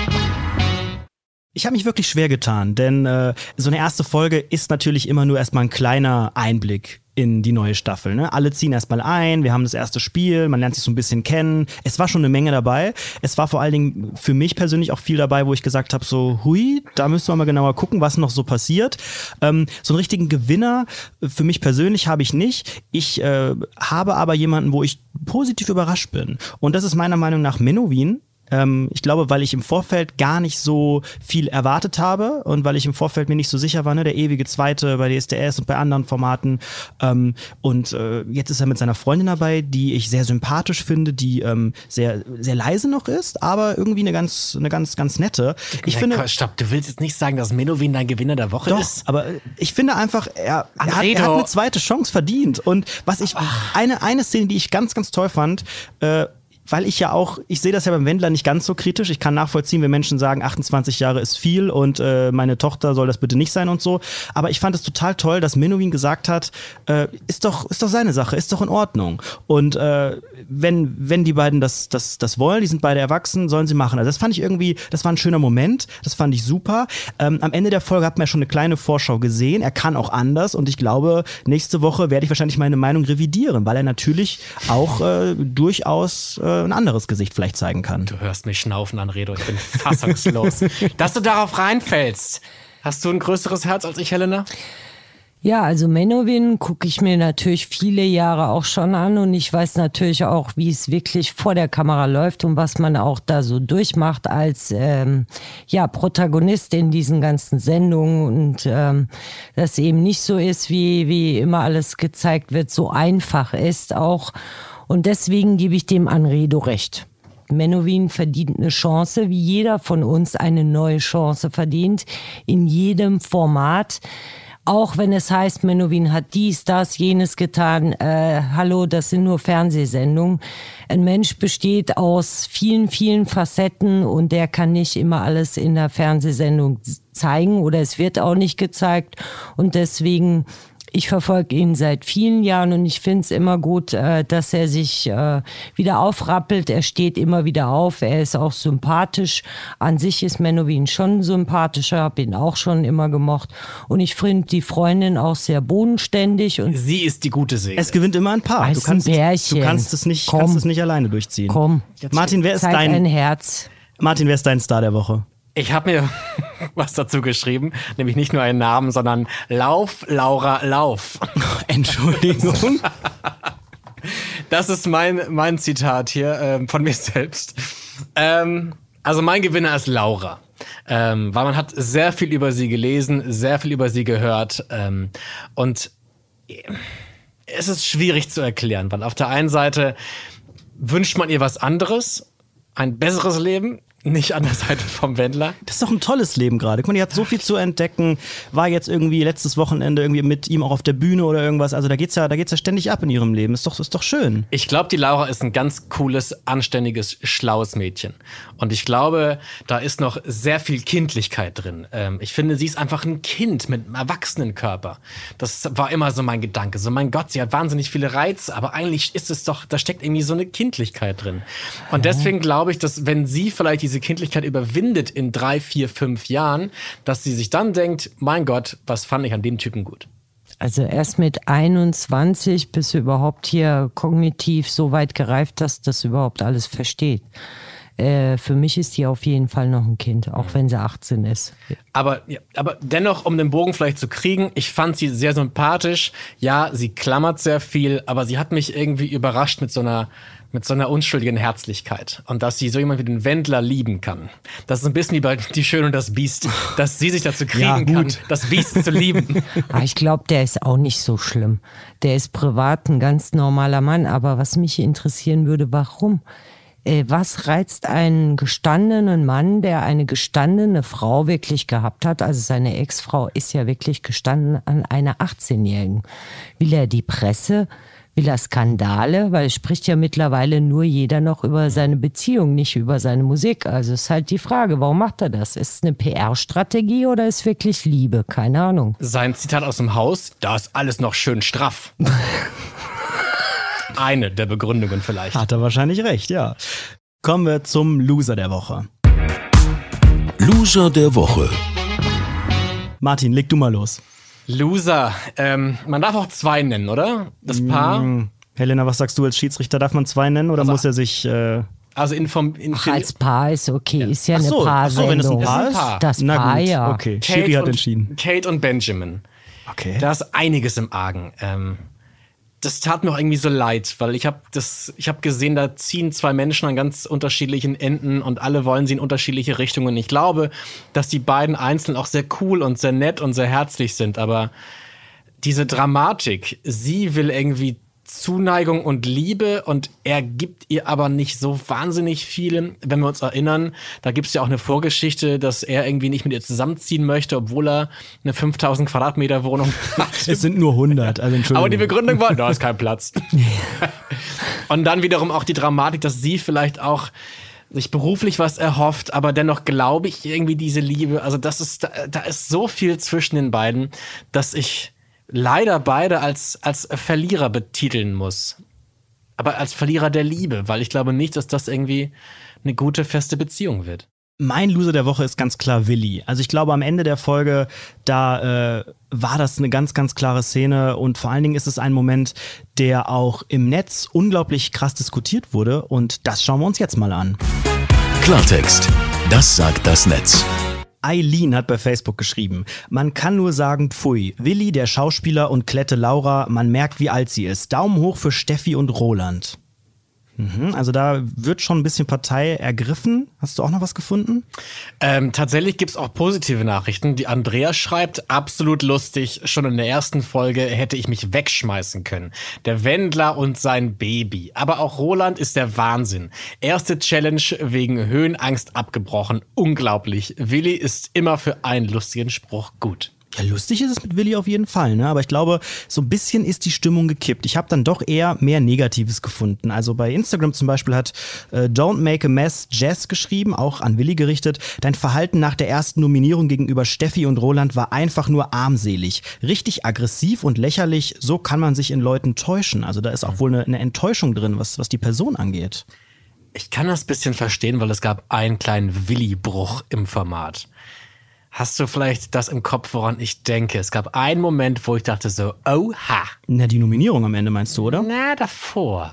Ich habe mich wirklich schwer getan, denn äh, so eine erste Folge ist natürlich immer nur erstmal ein kleiner Einblick in die neue Staffel. Ne? Alle ziehen erstmal ein, wir haben das erste Spiel, man lernt sich so ein bisschen kennen. Es war schon eine Menge dabei. Es war vor allen Dingen für mich persönlich auch viel dabei, wo ich gesagt habe, so hui, da müssen wir mal genauer gucken, was noch so passiert. Ähm, so einen richtigen Gewinner für mich persönlich habe ich nicht. Ich äh, habe aber jemanden, wo ich positiv überrascht bin. Und das ist meiner Meinung nach Menowin. Ähm, ich glaube, weil ich im Vorfeld gar nicht so viel erwartet habe und weil ich im Vorfeld mir nicht so sicher war, ne, der ewige Zweite bei D S D S und bei anderen Formaten. Ähm, und äh, jetzt ist er mit seiner Freundin dabei, die ich sehr sympathisch finde, die ähm, sehr sehr leise noch ist, aber irgendwie eine ganz eine ganz ganz nette. Ich ja, finde, stopp, du willst jetzt nicht sagen, dass Menowin dein Gewinner der Woche doch, ist? Aber ich finde einfach, er, er, hat, er hat eine zweite Chance verdient. Und was ich eine eine Szene, die ich ganz ganz toll fand. Äh, Weil ich ja auch, ich sehe das ja beim Wendler nicht ganz so kritisch. Ich kann nachvollziehen, wenn Menschen sagen, achtundzwanzig Jahre ist viel und äh, meine Tochter soll das bitte nicht sein und so. Aber ich fand es total toll, dass Menowin gesagt hat, äh, ist doch, ist doch seine Sache, ist doch in Ordnung. Und äh, wenn, wenn die beiden das, das, das wollen, die sind beide erwachsen, sollen sie machen. Also das fand ich irgendwie, das war ein schöner Moment, das fand ich super. Ähm, am Ende der Folge hat man ja schon eine kleine Vorschau gesehen. Er kann auch anders und ich glaube, nächste Woche werde ich wahrscheinlich meine Meinung revidieren, weil er natürlich auch äh, durchaus äh, ein anderes Gesicht vielleicht zeigen kann. Du hörst mich schnaufen, Anredo, ich bin fassungslos. Dass du darauf reinfällst. Hast du ein größeres Herz als ich, Helena? Ja, also Menowin gucke ich mir natürlich viele Jahre auch schon an und ich weiß natürlich auch, wie es wirklich vor der Kamera läuft und was man auch da so durchmacht als ähm, ja Protagonist in diesen ganzen Sendungen und ähm, dass eben nicht so ist, wie wie immer alles gezeigt wird, so einfach ist auch. Und deswegen gebe ich dem Anredo recht. Menowin verdient eine Chance, wie jeder von uns eine neue Chance verdient, in jedem Format. Auch wenn es heißt, Menowin hat dies, das, jenes getan. Äh, hallo, das sind nur Fernsehsendungen. Ein Mensch besteht aus vielen, vielen Facetten und der kann nicht immer alles in der Fernsehsendung zeigen oder es wird auch nicht gezeigt. Und deswegen... Ich verfolge ihn seit vielen Jahren und ich finde es immer gut, äh, dass er sich äh, wieder aufrappelt. Er steht immer wieder auf. Er ist auch sympathisch. An sich ist Menowin schon sympathischer, habe ihn auch schon immer gemocht. Und ich finde die Freundin auch sehr bodenständig. Und sie ist die gute Seele. Es gewinnt immer ein Paar. Du kannst, du kannst es nicht, kannst es nicht alleine durchziehen. Komm, Martin, wer ist zeig dein ein Herz? Martin, wer ist dein Star der Woche? Ich habe mir was dazu geschrieben, nämlich nicht nur einen Namen, sondern Lauf, Laura, Lauf. Entschuldigung. Das ist mein, mein Zitat hier ähm, von mir selbst. Ähm, also mein Gewinner ist Laura. Ähm, weil man hat sehr viel über sie gelesen, sehr viel über sie gehört. Ähm, und es ist schwierig zu erklären, weil auf der einen Seite wünscht man ihr was anderes, ein besseres Leben. Nicht an der Seite vom Wendler. Das ist doch ein tolles Leben gerade. Guck mal, die hat so viel zu entdecken, war jetzt irgendwie letztes Wochenende irgendwie mit ihm auch auf der Bühne oder irgendwas. Also da geht's ja, da geht's ja ständig ab in ihrem Leben. Ist doch, ist doch schön. Ich glaube, die Laura ist ein ganz cooles, anständiges, schlaues Mädchen. Und ich glaube, da ist noch sehr viel Kindlichkeit drin. Ähm, ich finde, sie ist einfach ein Kind mit einem Erwachsenenkörper. Das war immer so mein Gedanke. So, mein Gott, sie hat wahnsinnig viele Reize, aber eigentlich ist es doch, da steckt irgendwie so eine Kindlichkeit drin. Und deswegen glaube ich, dass wenn sie vielleicht die diese Kindlichkeit überwindet in drei, vier, fünf Jahren, dass sie sich dann denkt, mein Gott, was fand ich an dem Typen gut. Also erst mit einundzwanzig bist du überhaupt hier kognitiv so weit gereift, dass das überhaupt alles versteht. Äh, für mich ist die auf jeden Fall noch ein Kind, auch wenn sie achtzehn ist. Aber, ja, aber dennoch, um den Bogen vielleicht zu kriegen, ich fand sie sehr sympathisch. Ja, sie klammert sehr viel, aber sie hat mich irgendwie überrascht mit so einer mit so einer unschuldigen Herzlichkeit. Und dass sie so jemand wie den Wendler lieben kann. Das ist ein bisschen wie bei Die Schöne und das Biest, dass sie sich dazu kriegen ja, kann, das Biest zu lieben. Aber ich glaube, der ist auch nicht so schlimm. Der ist privat ein ganz normaler Mann. Aber was mich interessieren würde, warum? Äh, was reizt einen gestandenen Mann, der eine gestandene Frau wirklich gehabt hat? Also seine Ex-Frau ist ja wirklich gestanden an einer achtzehnjährigen. Will er die Presse? Will er Skandale? Weil es spricht ja mittlerweile nur jeder noch über seine Beziehung, nicht über seine Musik. Also ist halt die Frage, warum macht er das? Ist es eine P R-Strategie oder ist wirklich Liebe? Keine Ahnung. Sein Zitat aus dem Haus, da ist alles noch schön straff. Eine der Begründungen vielleicht. Hat er wahrscheinlich recht, ja. Kommen wir zum Loser der Woche. Loser der Woche. Martin, leg du mal los. Loser. Ähm, man darf auch zwei nennen, oder? Das Paar. Mm, Helena, was sagst du als Schiedsrichter? Darf man zwei nennen oder also, muss er sich... Äh also inform... Ach, als Paar ist okay. Ja. Ist ja ach so, eine Paarsendung. Ach so, wenn es ein Paar ist? Paar. Das Na Paar, gut, ja. Okay, Schiri hat entschieden. Kate und Benjamin. Okay. Da ist einiges im Argen. Ähm, das tat mir auch irgendwie so leid, weil ich habe das, ich habe gesehen, da ziehen zwei Menschen an ganz unterschiedlichen Enden und alle wollen sie in unterschiedliche Richtungen. Ich glaube, dass die beiden einzeln auch sehr cool und sehr nett und sehr herzlich sind, aber diese Dramatik, sie will irgendwie Zuneigung und Liebe und er gibt ihr aber nicht so wahnsinnig viel. Wenn wir uns erinnern, da gibt es ja auch eine Vorgeschichte, dass er irgendwie nicht mit ihr zusammenziehen möchte, obwohl er eine fünftausend Quadratmeter Wohnung hat. Es sind nur hundert, also Entschuldigung. Aber die Begründung war, da ist kein Platz. Und dann wiederum auch die Dramatik, dass sie vielleicht auch sich beruflich was erhofft, aber dennoch glaube ich irgendwie diese Liebe. Also das ist, da, da ist so viel zwischen den beiden, dass ich leider beide als, als Verlierer betiteln muss. Aber als Verlierer der Liebe, weil ich glaube nicht, dass das irgendwie eine gute, feste Beziehung wird. Mein Loser der Woche ist ganz klar Willi. Also ich glaube, am Ende der Folge, da äh, war das eine ganz, ganz klare Szene und vor allen Dingen ist es ein Moment, der auch im Netz unglaublich krass diskutiert wurde und das schauen wir uns jetzt mal an. Klartext, das sagt das Netz. Eileen hat bei Facebook geschrieben, man kann nur sagen pfui, Willi, der Schauspieler und Klette Laura, man merkt, wie alt sie ist. Daumen hoch für Steffi und Roland. Mhm, also da wird schon ein bisschen Partei ergriffen. Hast du auch noch was gefunden? Ähm, tatsächlich gibt's auch positive Nachrichten. Die Andrea schreibt, absolut lustig, schon in der ersten Folge hätte ich mich wegschmeißen können. Der Wendler und sein Baby. Aber auch Roland ist der Wahnsinn. Erste Challenge wegen Höhenangst abgebrochen. Unglaublich. Willi ist immer für einen lustigen Spruch gut. Ja, lustig ist es mit Willi auf jeden Fall, ne? Aber ich glaube, so ein bisschen ist die Stimmung gekippt. Ich habe dann doch eher mehr Negatives gefunden. Also bei Instagram zum Beispiel hat äh, Don't Make a Mess Jess geschrieben, auch an Willi gerichtet. Dein Verhalten nach der ersten Nominierung gegenüber Steffi und Roland war einfach nur armselig. Richtig aggressiv und lächerlich. So kann man sich in Leuten täuschen. Also da ist auch wohl eine, eine Enttäuschung drin, was, was die Person angeht. Ich kann das ein bisschen verstehen, weil es gab einen kleinen Willi-Bruch im Format. Hast du vielleicht das im Kopf, woran ich denke? Es gab einen Moment, wo ich dachte so, oha. Na, die Nominierung am Ende meinst du, oder? Na, davor.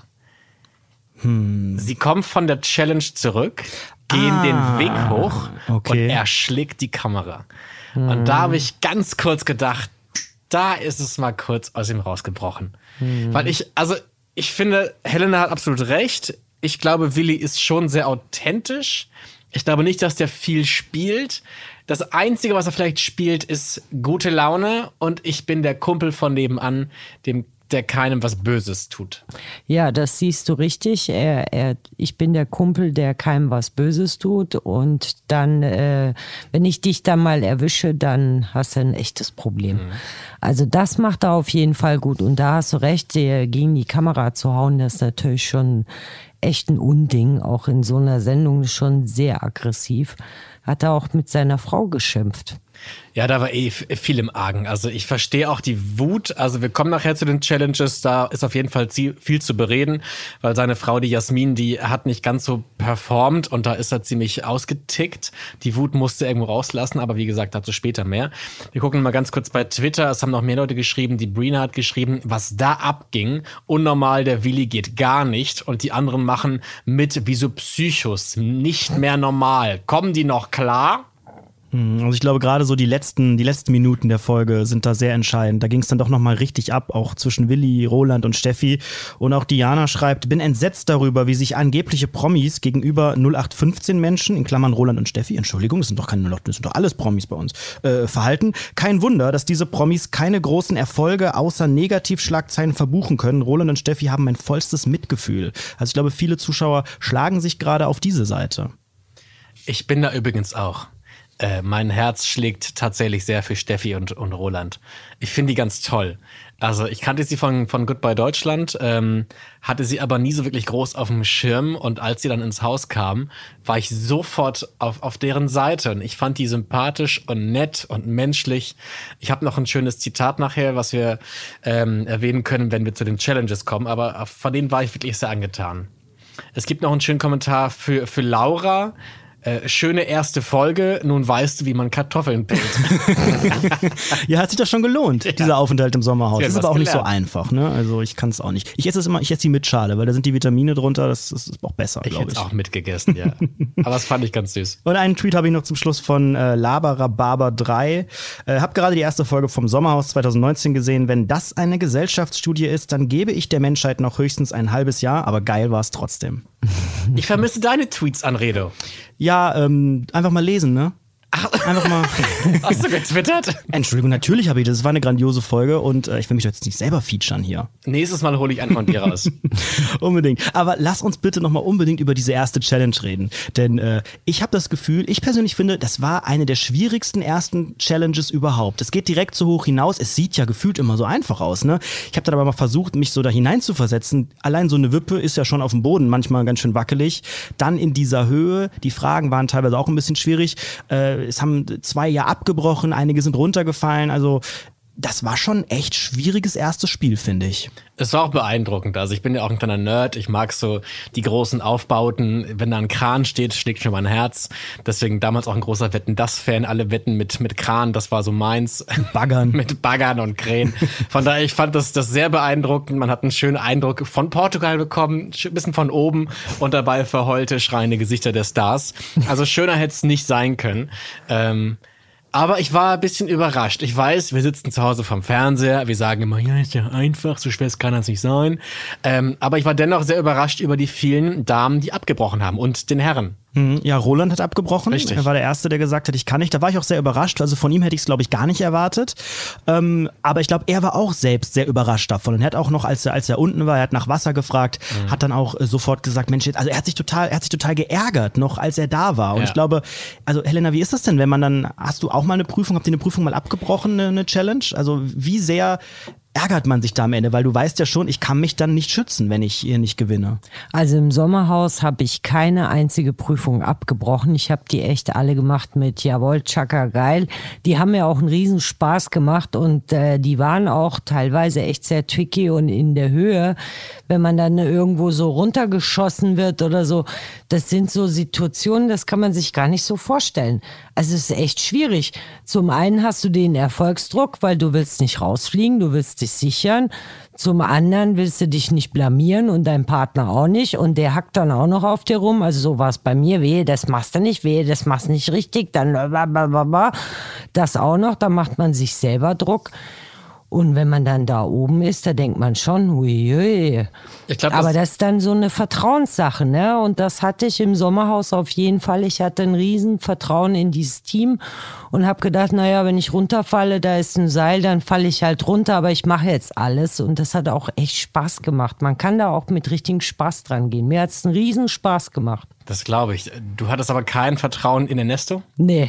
Hm. Sie kommen von der Challenge zurück, gehen ah, den Weg hoch okay. und er schlägt die Kamera. Hm. Und da habe ich ganz kurz gedacht, da ist es mal kurz aus ihm rausgebrochen. Hm. Weil ich, also ich finde, Helena hat absolut recht. Ich glaube, Willi ist schon sehr authentisch. Ich glaube nicht, dass der viel spielt. Das Einzige, was er vielleicht spielt, ist gute Laune und ich bin der Kumpel von nebenan, dem, der keinem was Böses tut. Ja, das siehst du richtig. Er, er, ich bin der Kumpel, der keinem was Böses tut und dann, äh, wenn ich dich dann mal erwische, dann hast du ein echtes Problem. Mhm. Also das macht er auf jeden Fall gut und da hast du recht, gegen die Kamera zu hauen, das ist natürlich schon echt ein Unding, auch in so einer Sendung schon sehr aggressiv. Hat er auch mit seiner Frau geschimpft. Ja, da war eh viel im Argen. Also ich verstehe auch die Wut. Also wir kommen nachher zu den Challenges. Da ist auf jeden Fall viel zu bereden, weil seine Frau, die Jasmin, die hat nicht ganz so performt und da ist er ziemlich ausgetickt. Die Wut musste er irgendwo rauslassen, aber wie gesagt, dazu später mehr. Wir gucken mal ganz kurz bei Twitter. Es haben noch mehr Leute geschrieben. Die Brina hat geschrieben, was da abging. Unnormal, der Willi geht gar nicht und die anderen machen mit wie so Psychos. Nicht mehr normal. Kommen die noch klar? Also ich glaube, gerade so die letzten, die letzten Minuten der Folge sind da sehr entscheidend. Da ging es dann doch nochmal richtig ab, auch zwischen Willi, Roland und Steffi. Und auch Diana schreibt, bin entsetzt darüber, wie sich angebliche Promis gegenüber null acht fünfzehn Menschen, in Klammern Roland und Steffi, Entschuldigung, das sind doch keine null acht, das sind doch alles Promis bei uns, äh, verhalten. Kein Wunder, dass diese Promis keine großen Erfolge außer Negativschlagzeilen verbuchen können. Roland und Steffi haben mein vollstes Mitgefühl. Also ich glaube, viele Zuschauer schlagen sich gerade auf diese Seite. Ich bin da übrigens auch. Äh, mein Herz schlägt tatsächlich sehr für Steffi und, und Roland. Ich finde die ganz toll. Also ich kannte sie von, von Goodbye Deutschland, ähm, hatte sie aber nie so wirklich groß auf dem Schirm und als sie dann ins Haus kam, war ich sofort auf, auf deren Seite und ich fand die sympathisch und nett und menschlich. Ich habe noch ein schönes Zitat nachher, was wir ähm, erwähnen können, wenn wir zu den Challenges kommen, aber von denen war ich wirklich sehr angetan. Es gibt noch einen schönen Kommentar für, für Laura. Äh, schöne erste Folge, nun weißt du, wie man Kartoffeln pellt. Ja, hat sich das schon gelohnt, ja. Dieser Aufenthalt im Sommerhaus. Das ist aber auch gelernt. Nicht so einfach, ne? Also ich kann es auch nicht. Ich esse es immer, ich esse die mit Schale, weil da sind die Vitamine drunter, das, das ist auch besser, glaube ich. Ich hätte es auch mitgegessen, ja. Aber das fand ich ganz süß. Und einen Tweet habe ich noch zum Schluss von äh, Laberababer drei. Äh, hab gerade die erste Folge vom Sommerhaus zwanzig neunzehn gesehen. Wenn das eine Gesellschaftsstudie ist, dann gebe ich der Menschheit noch höchstens ein halbes Jahr, aber geil war es trotzdem. Ich vermisse deine Tweets, Anredo. Ja, ähm, einfach mal lesen, ne? Ach, einfach mal. Hast du getwittert? Entschuldigung, natürlich habe ich das. Es war eine grandiose Folge und äh, ich will mich doch jetzt nicht selber featuren hier. Nächstes Mal hole ich einen von dir raus. Unbedingt. Aber lass uns bitte nochmal unbedingt über diese erste Challenge reden. Denn äh, ich habe das Gefühl, ich persönlich finde, das war eine der schwierigsten ersten Challenges überhaupt. Es geht direkt so hoch hinaus. Es sieht ja gefühlt immer so einfach aus, ne? Ich habe dann aber mal versucht, mich so da hinein zu versetzen. Allein so eine Wippe ist ja schon auf dem Boden manchmal ganz schön wackelig. Dann in dieser Höhe. Die Fragen waren teilweise auch ein bisschen schwierig. Äh, Es haben zwei ja abgebrochen, einige sind runtergefallen, also das war schon ein echt schwieriges erstes Spiel, finde ich. Es war auch beeindruckend. Also ich bin ja auch ein kleiner Nerd. Ich mag so die großen Aufbauten. Wenn da ein Kran steht, schlägt schon mein Herz. Deswegen damals auch ein großer Wetten-Das-Fan. Alle Wetten mit, mit Kran, das war so meins. Baggern. mit Baggern und Krähen. Von daher, ich fand das, das sehr beeindruckend. Man hat einen schönen Eindruck von Portugal bekommen. Ein bisschen von oben und dabei verheulte, schreiende Gesichter der Stars. Also schöner hätte es nicht sein können. Ähm, Aber ich war ein bisschen überrascht. Ich weiß, wir sitzen zu Hause vorm Fernseher. Wir sagen immer, ja, ist ja einfach, so schwer kann das nicht sein. Ähm, aber ich war dennoch sehr überrascht über die vielen Damen, die abgebrochen haben und den Herren. Ja, Roland hat abgebrochen. Richtig. Er war der Erste, der gesagt hat, ich kann nicht. Da war ich auch sehr überrascht. Also von ihm hätte ich es, glaube ich, gar nicht erwartet. Ähm, aber ich glaube, er war auch selbst sehr überrascht davon. Und er hat auch noch, als er, als er unten war, er hat nach Wasser gefragt, mhm. hat dann auch äh, sofort gesagt, Mensch, also er hat sich total, er hat sich total geärgert, noch als er da war. Und ja. ich glaube, also Helena, wie ist das denn, wenn man dann, hast du auch mal eine Prüfung, habt ihr eine Prüfung mal abgebrochen, eine, eine Challenge? Also wie sehr ärgert man sich da am Ende, weil du weißt ja schon, ich kann mich dann nicht schützen, wenn ich hier nicht gewinne. Also im Sommerhaus habe ich keine einzige Prüfung abgebrochen. Ich habe die echt alle gemacht mit Jawohl, Chaka, geil. Die haben mir auch einen riesen Spaß gemacht und äh, die waren auch teilweise echt sehr tricky und in der Höhe, wenn man dann irgendwo so runtergeschossen wird oder so, das sind so Situationen, das kann man sich gar nicht so vorstellen. Also es ist echt schwierig. Zum einen hast du den Erfolgsdruck, weil du willst nicht rausfliegen, du willst dich sichern. Zum anderen willst du dich nicht blamieren und dein Partner auch nicht und der hackt dann auch noch auf dir rum. Also so war es bei mir, wehe, das machst du nicht, wehe, das machst du nicht richtig, dann blablabla. Das auch noch, da macht man sich selber Druck. Und wenn man dann da oben ist, da denkt man schon, ui, ich glaub, aber das, das ist dann so eine Vertrauenssache, ne? Und das hatte ich im Sommerhaus auf jeden Fall. Ich hatte ein riesen Vertrauen in dieses Team und habe gedacht, naja, wenn ich runterfalle, da ist ein Seil, dann falle ich halt runter, aber ich mache jetzt alles. Und das hat auch echt Spaß gemacht. Man kann da auch mit richtigem Spaß dran gehen. Mir hat es einen riesen Spaß gemacht. Das glaube ich. Du hattest aber kein Vertrauen in Ernesto? Nee.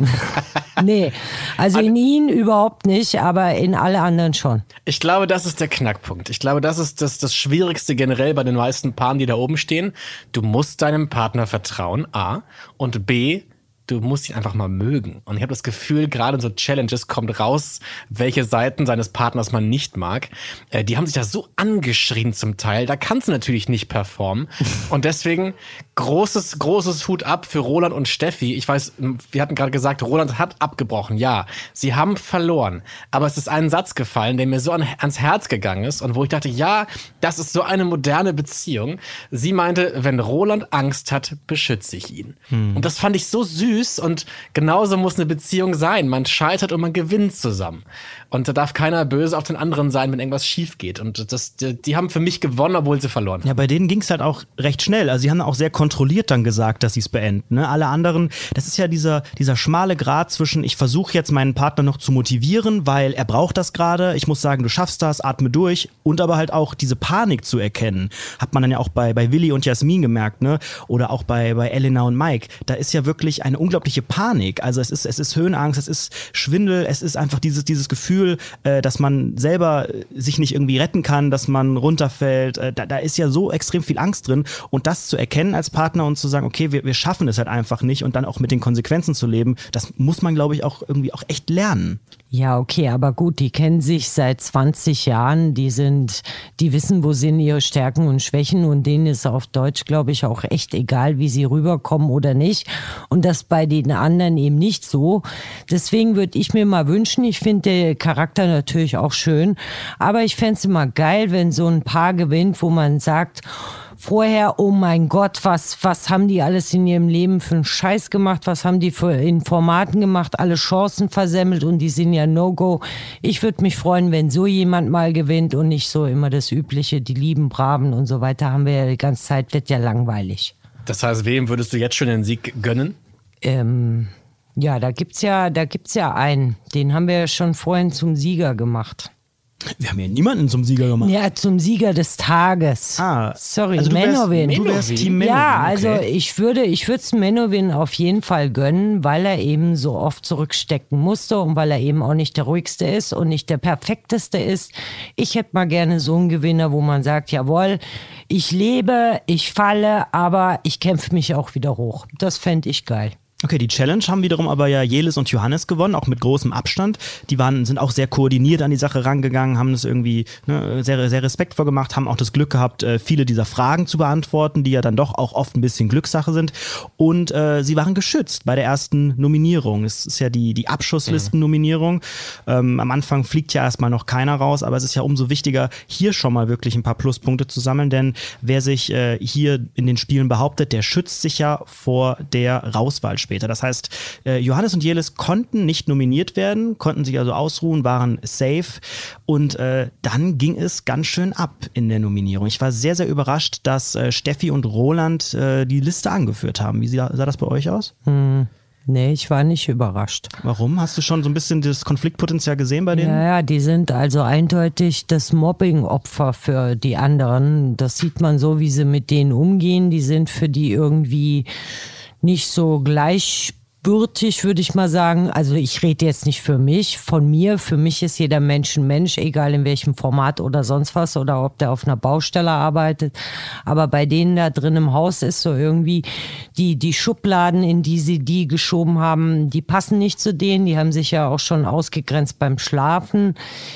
Nee. Also in ihn überhaupt nicht, aber in alle anderen schon. Ich glaube, das ist der Knackpunkt. Ich glaube, das ist das, das Schwierigste generell bei den meisten Paaren, die da oben stehen. Du musst deinem Partner vertrauen, A. Und B, du musst ihn einfach mal mögen. Und ich habe das Gefühl, gerade in so Challenges kommt raus, welche Seiten seines Partners man nicht mag. Äh, die haben sich da so angeschrien zum Teil. Da kannst du natürlich nicht performen. Und deswegen großes, großes Hut ab für Roland und Steffi. Ich weiß, wir hatten gerade gesagt, Roland hat abgebrochen. Ja, sie haben verloren. Aber es ist ein Satz gefallen, der mir so an, ans Herz gegangen ist und wo ich dachte, ja, das ist so eine moderne Beziehung. Sie meinte, wenn Roland Angst hat, beschütze ich ihn. Hm. Und das fand ich so süß. Und genauso muss eine Beziehung sein. Man scheitert und man gewinnt zusammen. Und da darf keiner böse auf den anderen sein, wenn irgendwas schief geht. Und das, die, die haben für mich gewonnen, obwohl sie verloren haben. Ja, bei denen ging es halt auch recht schnell. Also sie haben auch sehr kontrolliert dann gesagt, dass sie es beenden. Ne? Alle anderen, das ist ja dieser, dieser schmale Grat zwischen, ich versuche jetzt meinen Partner noch zu motivieren, weil er braucht das gerade. Ich muss sagen, du schaffst das, atme durch. Und aber halt auch diese Panik zu erkennen. Hat man dann ja auch bei, bei Willi und Jasmin gemerkt, ne? Oder auch bei, bei Elena und Mike. Da ist ja wirklich eine unglaubliche Panik. Also es ist, es ist Höhenangst, es ist Schwindel, es ist einfach dieses, dieses Gefühl, äh, dass man selber sich nicht irgendwie retten kann, dass man runterfällt. Äh, da, da ist ja so extrem viel Angst drin. Und das zu erkennen als Partner und zu sagen, okay, wir, wir schaffen es halt einfach nicht und dann auch mit den Konsequenzen zu leben, das muss man, glaube ich, auch irgendwie auch echt lernen. Ja, okay, aber gut, die kennen sich seit zwanzig Jahren, die sind, die wissen, wo sind ihre Stärken und Schwächen und denen ist auf Deutsch, glaube ich, auch echt egal, wie sie rüberkommen oder nicht und das bei den anderen eben nicht so. Deswegen würde ich mir mal wünschen, ich finde der Charakter natürlich auch schön, aber ich fände es immer geil, wenn so ein Paar gewinnt, wo man sagt, vorher, oh mein Gott, was, was haben die alles in ihrem Leben für einen Scheiß gemacht? Was haben die für in Formaten gemacht? Alle Chancen versemmelt und die sind ja No-Go. Ich würde mich freuen, wenn so jemand mal gewinnt und nicht so immer das Übliche, die lieben Braven und so weiter haben wir ja die ganze Zeit, wird ja langweilig. Das heißt, wem würdest du jetzt schon den Sieg gönnen? Ähm, ja, da gibt's ja, da gibt's ja einen. Den haben wir ja schon vorhin zum Sieger gemacht. Wir haben ja niemanden zum Sieger gemacht. Ja, zum Sieger des Tages. Ah, sorry, also du Menowin. Wärst, du wärst Team Menowin. Ja, okay. also ich würde, ich würde es Menowin auf jeden Fall gönnen, weil er eben so oft zurückstecken musste und weil er eben auch nicht der ruhigste ist und nicht der perfekteste ist. Ich hätte mal gerne so einen Gewinner, wo man sagt, jawohl, ich lebe, ich falle, aber ich kämpfe mich auch wieder hoch. Das fände ich geil. Okay, die Challenge haben wiederum aber ja Jelis und Johannes gewonnen, auch mit großem Abstand. Die waren, sind auch sehr koordiniert an die Sache rangegangen, haben das irgendwie ne, sehr, sehr respektvoll gemacht, haben auch das Glück gehabt, viele dieser Fragen zu beantworten, die ja dann doch auch oft ein bisschen Glückssache sind. Und äh, sie waren geschützt bei der ersten Nominierung. Es ist ja die, die Abschusslistennominierung. Ähm, am Anfang fliegt ja erstmal noch keiner raus, aber es ist ja umso wichtiger, hier schon mal wirklich ein paar Pluspunkte zu sammeln, denn wer sich äh, hier in den Spielen behauptet, der schützt sich ja vor der Rauswahl später. Das heißt, Johannes und Jelis konnten nicht nominiert werden, konnten sich also ausruhen, waren safe und äh, dann ging es ganz schön ab in der Nominierung. Ich war sehr, sehr überrascht, dass äh, Steffi und Roland äh, die Liste angeführt haben. Wie sah, sah das bei euch aus? Hm. Nee, ich war nicht überrascht. Warum? Hast du schon so ein bisschen das Konfliktpotenzial gesehen bei denen? Ja, ja, die sind also eindeutig das Mobbing-Opfer für die anderen. Das sieht man so, wie sie mit denen umgehen. Die sind für die irgendwie nicht so gleichbürtig, würde ich mal sagen. Also ich rede jetzt nicht für mich, von mir. Für mich ist jeder Mensch ein Mensch, egal in welchem Format oder sonst was oder ob der auf einer Baustelle arbeitet. Aber bei denen da drin im Haus ist so irgendwie die, die Schubladen, in die sie die geschoben haben, die passen nicht zu denen. Die haben sich ja auch schon ausgegrenzt beim Schlafen.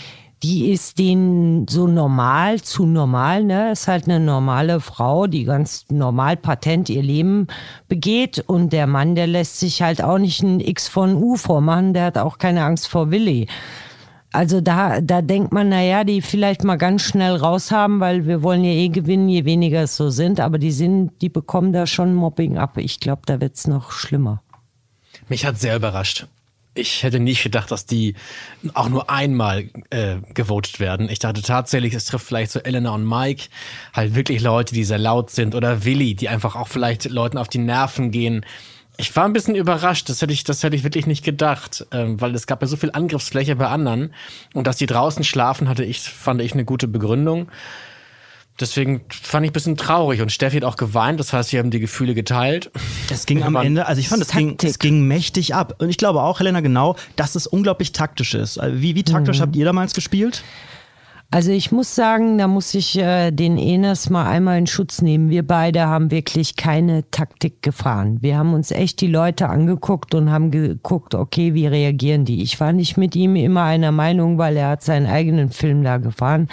Die ist denen so normal, zu normal, ne? Ist halt eine normale Frau, die ganz normal patent ihr Leben begeht. Und der Mann, der lässt sich halt auch nicht ein X von U vormachen, der hat auch keine Angst vor Willi. Also da, da denkt man, naja, die vielleicht mal ganz schnell raus haben, weil wir wollen ja eh gewinnen, je weniger es so sind. Aber die sind, die bekommen da schon Mobbing ab. Ich glaube, da wird's noch schlimmer. Mich hat sehr überrascht. Ich hätte nicht gedacht, dass die auch nur einmal äh, gewotet werden. Ich dachte tatsächlich, es trifft vielleicht so Elena und Mike, halt wirklich Leute, die sehr laut sind, oder Willi, die einfach auch vielleicht Leuten auf die Nerven gehen. Ich war ein bisschen überrascht, das hätte ich, das hätte ich wirklich nicht gedacht, ähm, weil es gab ja so viel Angriffsfläche bei anderen und dass die draußen schlafen, hatte ich, fand ich eine gute Begründung. Deswegen fand ich ein bisschen traurig und Steffi hat auch geweint, das heißt, sie haben die Gefühle geteilt. Es ging am Ende, also ich fand, es ging, es ging mächtig ab. Und ich glaube auch, Helena, genau, dass es unglaublich taktisch ist. Wie, wie taktisch mhm. habt ihr damals gespielt? Also ich muss sagen, da muss ich äh, den Enes mal einmal in Schutz nehmen. Wir beide haben wirklich keine Taktik gefahren. Wir haben uns echt die Leute angeguckt und haben geguckt, okay, wie reagieren die? Ich war nicht mit ihm immer einer Meinung, weil er hat seinen eigenen Film da gefahren.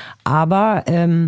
Aber ähm,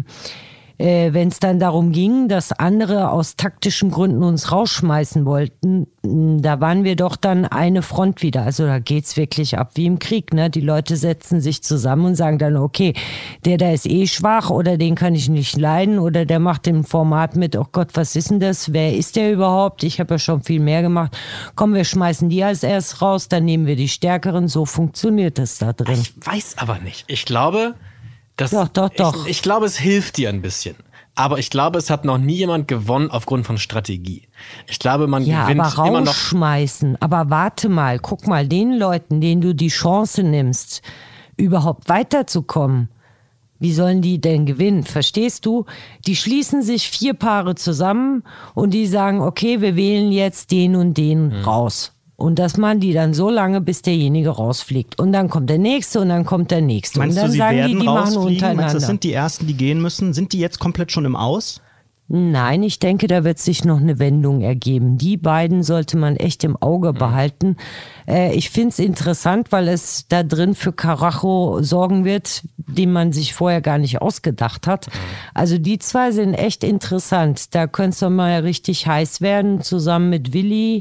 äh, wenn es dann darum ging, dass andere aus taktischen Gründen uns rausschmeißen wollten, da waren wir doch dann eine Front wieder. Also da geht's wirklich ab wie im Krieg, ne? Die Leute setzen sich zusammen und sagen dann, okay, der da ist eh schwach oder den kann ich nicht leiden oder der macht im Format mit, oh Gott, was ist denn das? Wer ist der überhaupt? Ich habe ja schon viel mehr gemacht. Komm, wir schmeißen die als erst raus, dann nehmen wir die Stärkeren. So funktioniert das da drin. Ich weiß aber nicht. Ich glaube... Das, doch, doch, doch. Ich, ich glaube, es hilft dir ein bisschen. Aber ich glaube, es hat noch nie jemand gewonnen aufgrund von Strategie. Ich glaube, man ja, gewinnt aber immer noch. Rausschmeißen. Aber warte mal, guck mal, den Leuten, denen du die Chance nimmst, überhaupt weiterzukommen, wie sollen die denn gewinnen? Verstehst du? Die schließen sich vier Paare zusammen und die sagen, okay, wir wählen jetzt den und den hm. raus. Und das machen die dann so lange, bis derjenige rausfliegt. Und dann kommt der Nächste und dann kommt der Nächste. Meinst und dann du, sie sagen werden die, die machen untereinander. Meinst du, das sind die Ersten, die gehen müssen? Sind die jetzt komplett schon im Aus? Nein, ich denke, da wird sich noch eine Wendung ergeben. Die beiden sollte man echt im Auge behalten. Äh, ich finde es interessant, weil es da drin für Karacho sorgen wird, den man sich vorher gar nicht ausgedacht hat. Also die zwei sind echt interessant. Da könnte es doch mal richtig heiß werden, zusammen mit Willi.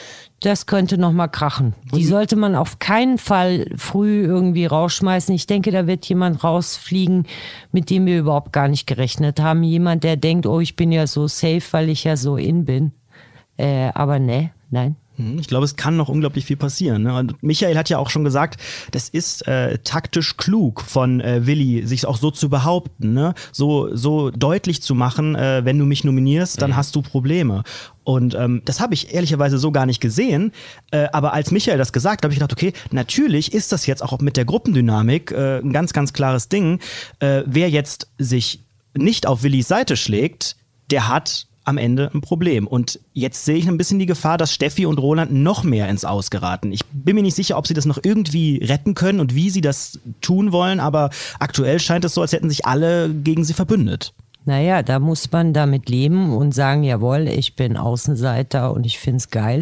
Das könnte noch mal krachen. Die sollte man auf keinen Fall früh irgendwie rausschmeißen. Ich denke, da wird jemand rausfliegen, mit dem wir überhaupt gar nicht gerechnet haben. Jemand, der denkt, oh, ich bin ja so safe, weil ich ja so in bin. Äh, aber ne, nein. Ich glaube, es kann noch unglaublich viel passieren. Ne? Und Michael hat ja auch schon gesagt, das ist äh, taktisch klug von äh, Willi, sich auch so zu behaupten, ne? so, so deutlich zu machen, äh, wenn du mich nominierst, dann mhm. hast du Probleme. Und ähm, das habe ich ehrlicherweise so gar nicht gesehen. Äh, aber als Michael das gesagt hat, habe ich gedacht, okay, natürlich ist das jetzt auch mit der Gruppendynamik äh, ein ganz, ganz klares Ding. Äh, wer jetzt sich nicht auf Willis Seite schlägt, der hat am Ende ein Problem. Und jetzt sehe ich ein bisschen die Gefahr, dass Steffi und Roland noch mehr ins Aus geraten. Ich bin mir nicht sicher, ob sie das noch irgendwie retten können und wie sie das tun wollen, aber aktuell scheint es so, als hätten sich alle gegen sie verbündet. Naja, da muss man damit leben und sagen, jawohl, ich bin Außenseiter und ich find's geil.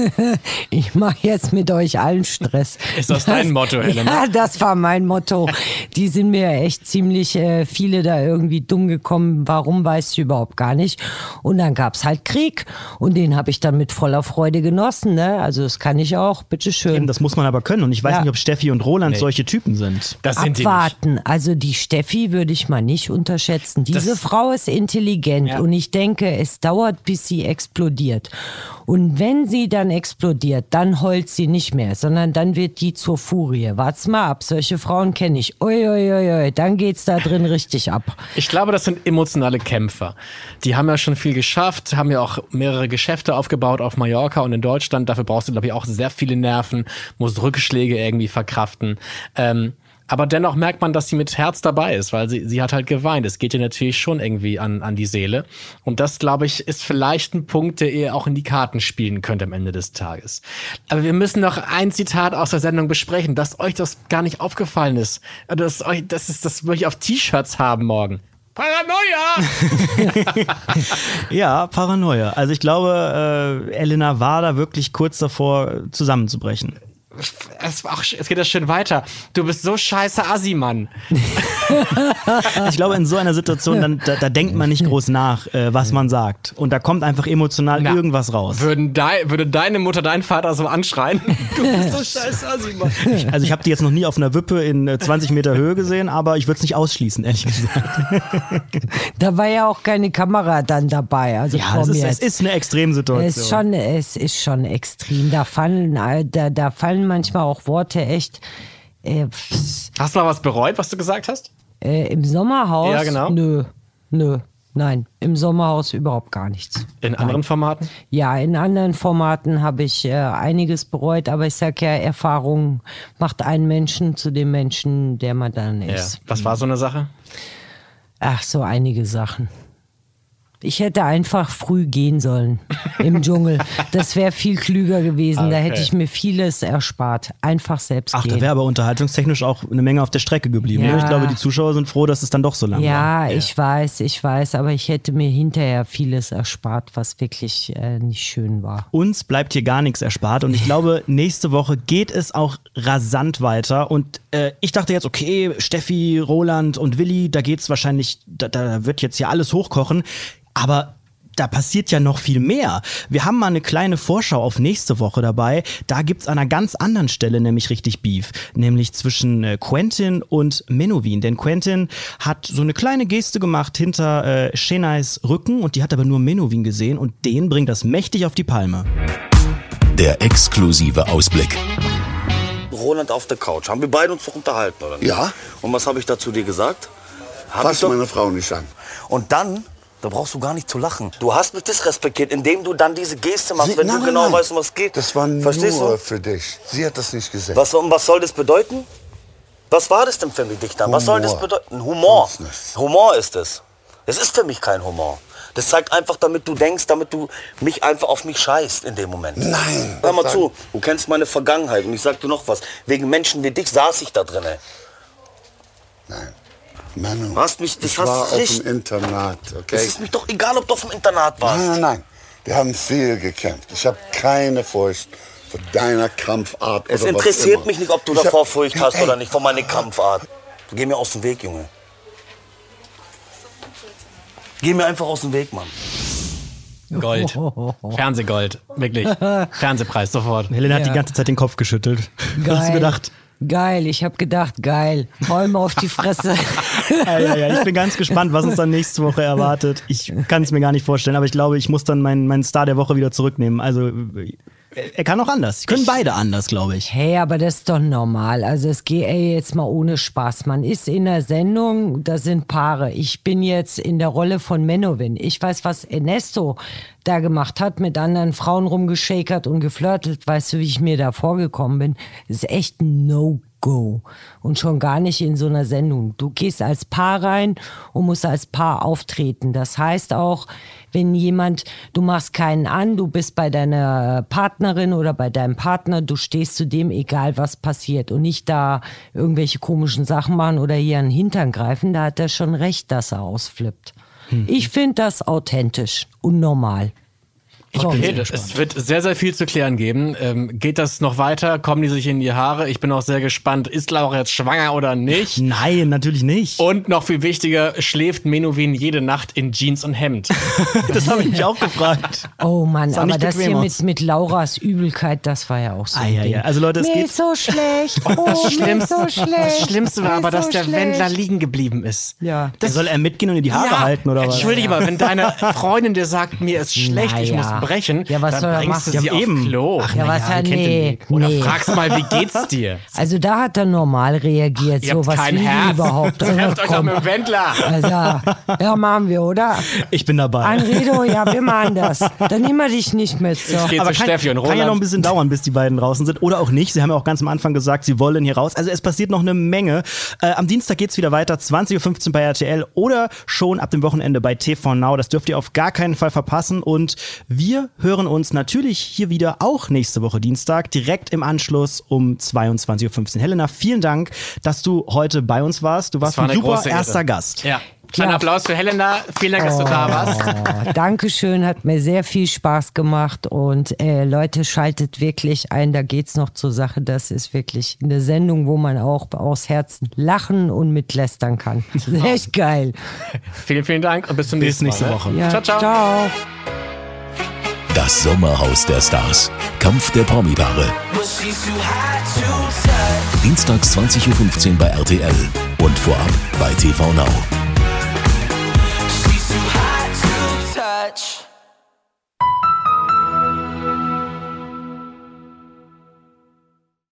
Ich mache jetzt mit euch allen Stress. Ist das, das dein Motto, Helena? Ja, das war mein Motto. Die sind mir echt ziemlich äh, viele da irgendwie dumm gekommen. Warum, weiß ich überhaupt gar nicht. Und dann gab's halt Krieg und den habe ich dann mit voller Freude genossen. Ne? Also das kann ich auch, bitteschön. Eben, das muss man aber können. Und ich weiß ja. nicht, ob Steffi und Roland nee. solche Typen sind. Das sind Abwarten. Die nicht. Also die Steffi würde ich mal nicht unterschätzen. Diese das Frau ist intelligent ja. und ich denke, es dauert, bis sie explodiert. Und wenn sie dann explodiert, dann heult sie nicht mehr, sondern dann wird die zur Furie. Wart's mal ab, solche Frauen kenne ich. Ui, ui, ui, ui, dann geht's da drin richtig ab. Ich glaube, das sind emotionale Kämpfer. Die haben ja schon viel geschafft, haben ja auch mehrere Geschäfte aufgebaut auf Mallorca und in Deutschland. Dafür brauchst du, glaube ich, auch sehr viele Nerven, musst Rückschläge irgendwie verkraften. Ähm, Aber dennoch merkt man, dass sie mit Herz dabei ist, weil sie, sie hat halt geweint. Es geht ihr natürlich schon irgendwie an, an die Seele. Und das, glaube ich, ist vielleicht ein Punkt, der ihr auch in die Karten spielen könnte am Ende des Tages. Aber wir müssen noch ein Zitat aus der Sendung besprechen, dass euch das gar nicht aufgefallen ist. Dass euch, das ist, das möchte ich auf T-Shirts haben morgen. Paranoia! Ja, Paranoia. Also ich glaube, äh, Elena war da wirklich kurz davor, zusammenzubrechen. Es, auch, es geht ja schön weiter. Du bist so scheiße Assi, Mann. Ich glaube, in so einer Situation, dann, da, da denkt man nicht groß nach, äh, was man sagt. Und da kommt einfach emotional Na, irgendwas raus. Würden dei, würde deine Mutter deinen Vater so anschreien? Du bist so scheiße Assi, Mann. Also ich habe die jetzt noch nie auf einer Wippe in äh, zwanzig Meter Höhe gesehen, aber ich würde es nicht ausschließen, ehrlich gesagt. Da war ja auch keine Kamera dann dabei. Also ja, es ist, es ist eine Extremsituation. Es ist schon, es ist schon extrem. Da fallen, da, da fallen manchmal auch Worte echt. Äh, hast du mal was bereut, was du gesagt hast? Äh, Im Sommerhaus? Ja, genau. Nö, nö, nein. Im Sommerhaus überhaupt gar nichts. In nein. anderen Formaten? Ja, in anderen Formaten habe ich äh, einiges bereut, aber ich sag ja, Erfahrung macht einen Menschen zu dem Menschen, der man dann ist. Ja. Was war so eine Sache? Ach, so einige Sachen. Ich hätte einfach früh gehen sollen im Dschungel. Das wäre viel klüger gewesen. Okay. Da hätte ich mir vieles erspart. Einfach selbst Ach, gehen. da wäre aber unterhaltungstechnisch auch eine Menge auf der Strecke geblieben. Ja. Ich glaube, die Zuschauer sind froh, dass es dann doch so lang ja, war. Ja, ich weiß, ich weiß. Aber ich hätte mir hinterher vieles erspart, was wirklich äh, nicht schön war. Uns bleibt hier gar nichts erspart. Und ich glaube, nächste Woche geht es auch rasant weiter. Und äh, ich dachte jetzt, okay, Steffi, Roland und Willi, da geht's wahrscheinlich, da, da wird jetzt hier alles hochkochen. Aber da passiert ja noch viel mehr. Wir haben mal eine kleine Vorschau auf nächste Woche dabei. Da gibt's an einer ganz anderen Stelle nämlich richtig Beef. Nämlich zwischen äh, Quentin und Menowin. Denn Quentin hat so eine kleine Geste gemacht hinter äh, Chennais Rücken. Und die hat aber nur Menowin gesehen. Und den bringt das mächtig auf die Palme. Der exklusive Ausblick. Roland auf der Couch. Haben wir beide uns doch unterhalten, oder nicht? Ja. Und was habe ich dazu dir gesagt? Hab Fass meine Frau nicht an. Und dann... Da brauchst du gar nicht zu lachen. Du hast mich disrespektiert, indem du dann diese Geste machst, Sie, wenn nein, du nein, genau nein. weißt, um was es geht. Das war Verstehst nur du? für dich. Sie hat das nicht gesehen. Was, was soll das bedeuten? Was war das denn für mich dann? Humor. Was soll das bedeuten? Humor. Sonst nichts. Humor ist es. Es ist für mich kein Humor. Das zeigt einfach, damit du denkst, damit du mich einfach auf mich scheißt in dem Moment. Nein. Hör mal zu, du kennst meine Vergangenheit und ich sag dir noch was. Wegen Menschen wie dich saß ich da drinnen. Nein. Manu, hast mich, das ich hast war auf richtig. dem Internat, okay? Es ist mir doch egal, ob du auf dem Internat warst. Nein, nein, nein. Wir haben viel gekämpft. Ich habe keine Furcht vor deiner Kampfart. Es oder interessiert was immer. mich nicht, ob du Ich davor hab, Furcht ja, hast ey. oder nicht, vor meiner Kampfart. Geh mir aus dem Weg, Junge. Geh mir einfach aus dem Weg, Mann. Gold. Fernsehgold. Wirklich. Fernsehpreis sofort. Helena hat Ja. die ganze Zeit den Kopf geschüttelt. Geil. Hast du gedacht? Geil, ich habe gedacht, geil. Hau ihm auf die Fresse. Ja, ja, ja. Ich bin ganz gespannt, was uns dann nächste Woche erwartet. Ich kann es mir gar nicht vorstellen, aber ich glaube, ich muss dann meinen, meinen Star der Woche wieder zurücknehmen. Also, er kann auch anders. Die können beide anders, glaube ich. Hey, aber das ist doch normal. Also es geht ey, jetzt mal ohne Spaß. Man ist in der Sendung, da sind Paare. Ich bin jetzt in der Rolle von Menowin. Ich weiß, was Ernesto da gemacht hat, mit anderen Frauen rumgeschakert und geflirtet. Weißt du, wie ich mir da vorgekommen bin? Das ist echt ein No-Go. Und schon gar nicht in so einer Sendung. Du gehst als Paar rein und musst als Paar auftreten. Das heißt auch, wenn jemand, du machst keinen an, du bist bei deiner Partnerin oder bei deinem Partner, du stehst zu dem, egal was passiert. Und nicht da irgendwelche komischen Sachen machen oder hier an den Hintern greifen. Da hat er schon recht, dass er ausflippt. Hm. Ich finde das authentisch und normal. Okay, es wird sehr, sehr viel zu klären geben. Ähm, geht das noch weiter? Kommen die sich in die Haare? Ich bin auch sehr gespannt. Ist Laura jetzt schwanger oder nicht? Nein, natürlich nicht. Und noch viel wichtiger, schläft Menowin jede Nacht in Jeans und Hemd? Das habe ich mich auch gefragt. Oh Mann, Sah aber nicht das bequem hier aus. mit, mit Lauras Übelkeit, das war ja auch so. Ah, ein ja, Ding. ja. Also Leute, es mir geht... ist so schlecht. Oh, Das mir Schlimmste, ist so schlecht. das Schlimmste war Mir aber, ist dass so der schlecht. Wendler liegen geblieben ist. Ja. Das soll er mitgehen und in die Haare Ja, halten, oder was? Entschuldige mal, wenn deine Freundin dir sagt, mir ist schlecht, ich Naja. muss brechen, Ja, was dann soll er bringst machen? du sie Ja, auf eben. Klo. Ach, Ja, na was ja, ja, ihr kennt den nee, Weg. Oder nee. fragst mal, wie geht's dir? Also da hat er normal reagiert. Ihr So, habt was kein will die Herz. überhaupt? Also, Trefft euch doch komm. mit dem Wendler. Also, ja, machen wir, oder? Ich bin dabei. Anredo, ja, wir machen das. Dann nehmen wir dich nicht mit. So. Ich gehe Aber zu kann, Steffi und kann ja noch ein Roland. bisschen dauern, bis die beiden draußen sind. Oder auch nicht. Sie haben ja auch ganz am Anfang gesagt, sie wollen hier raus. Also es passiert noch eine Menge. Äh, am Dienstag geht's wieder weiter, zwanzig Uhr fünfzehn bei R T L oder schon ab dem Wochenende bei T V Now. Das dürft ihr auf gar keinen Fall verpassen. Und wir hören uns natürlich hier wieder auch nächste Woche Dienstag, direkt im Anschluss um zweiundzwanzig Uhr fünfzehn. Helena, vielen Dank, dass du heute bei uns warst. Du warst war ein eine super große Ehre. erster Gast. Ja. Kleiner Ja. Applaus für Helena. Vielen Dank, dass du da warst. Oh, Dankeschön, hat mir sehr viel Spaß gemacht und äh, Leute, schaltet wirklich ein, da geht's noch zur Sache. Das ist wirklich eine Sendung, wo man auch aus Herzen lachen und mitlästern kann. Das ist echt geil. Vielen, vielen Dank und bis zum Bis nächsten Mal. nächste ne? Woche. Ja, Ciao, ciao. ciao. Das Sommerhaus der Stars. Kampf der Promi-Paare. Dienstags zwanzig Uhr fünfzehn bei R T L und vorab bei T V Now. She's too hot to touch.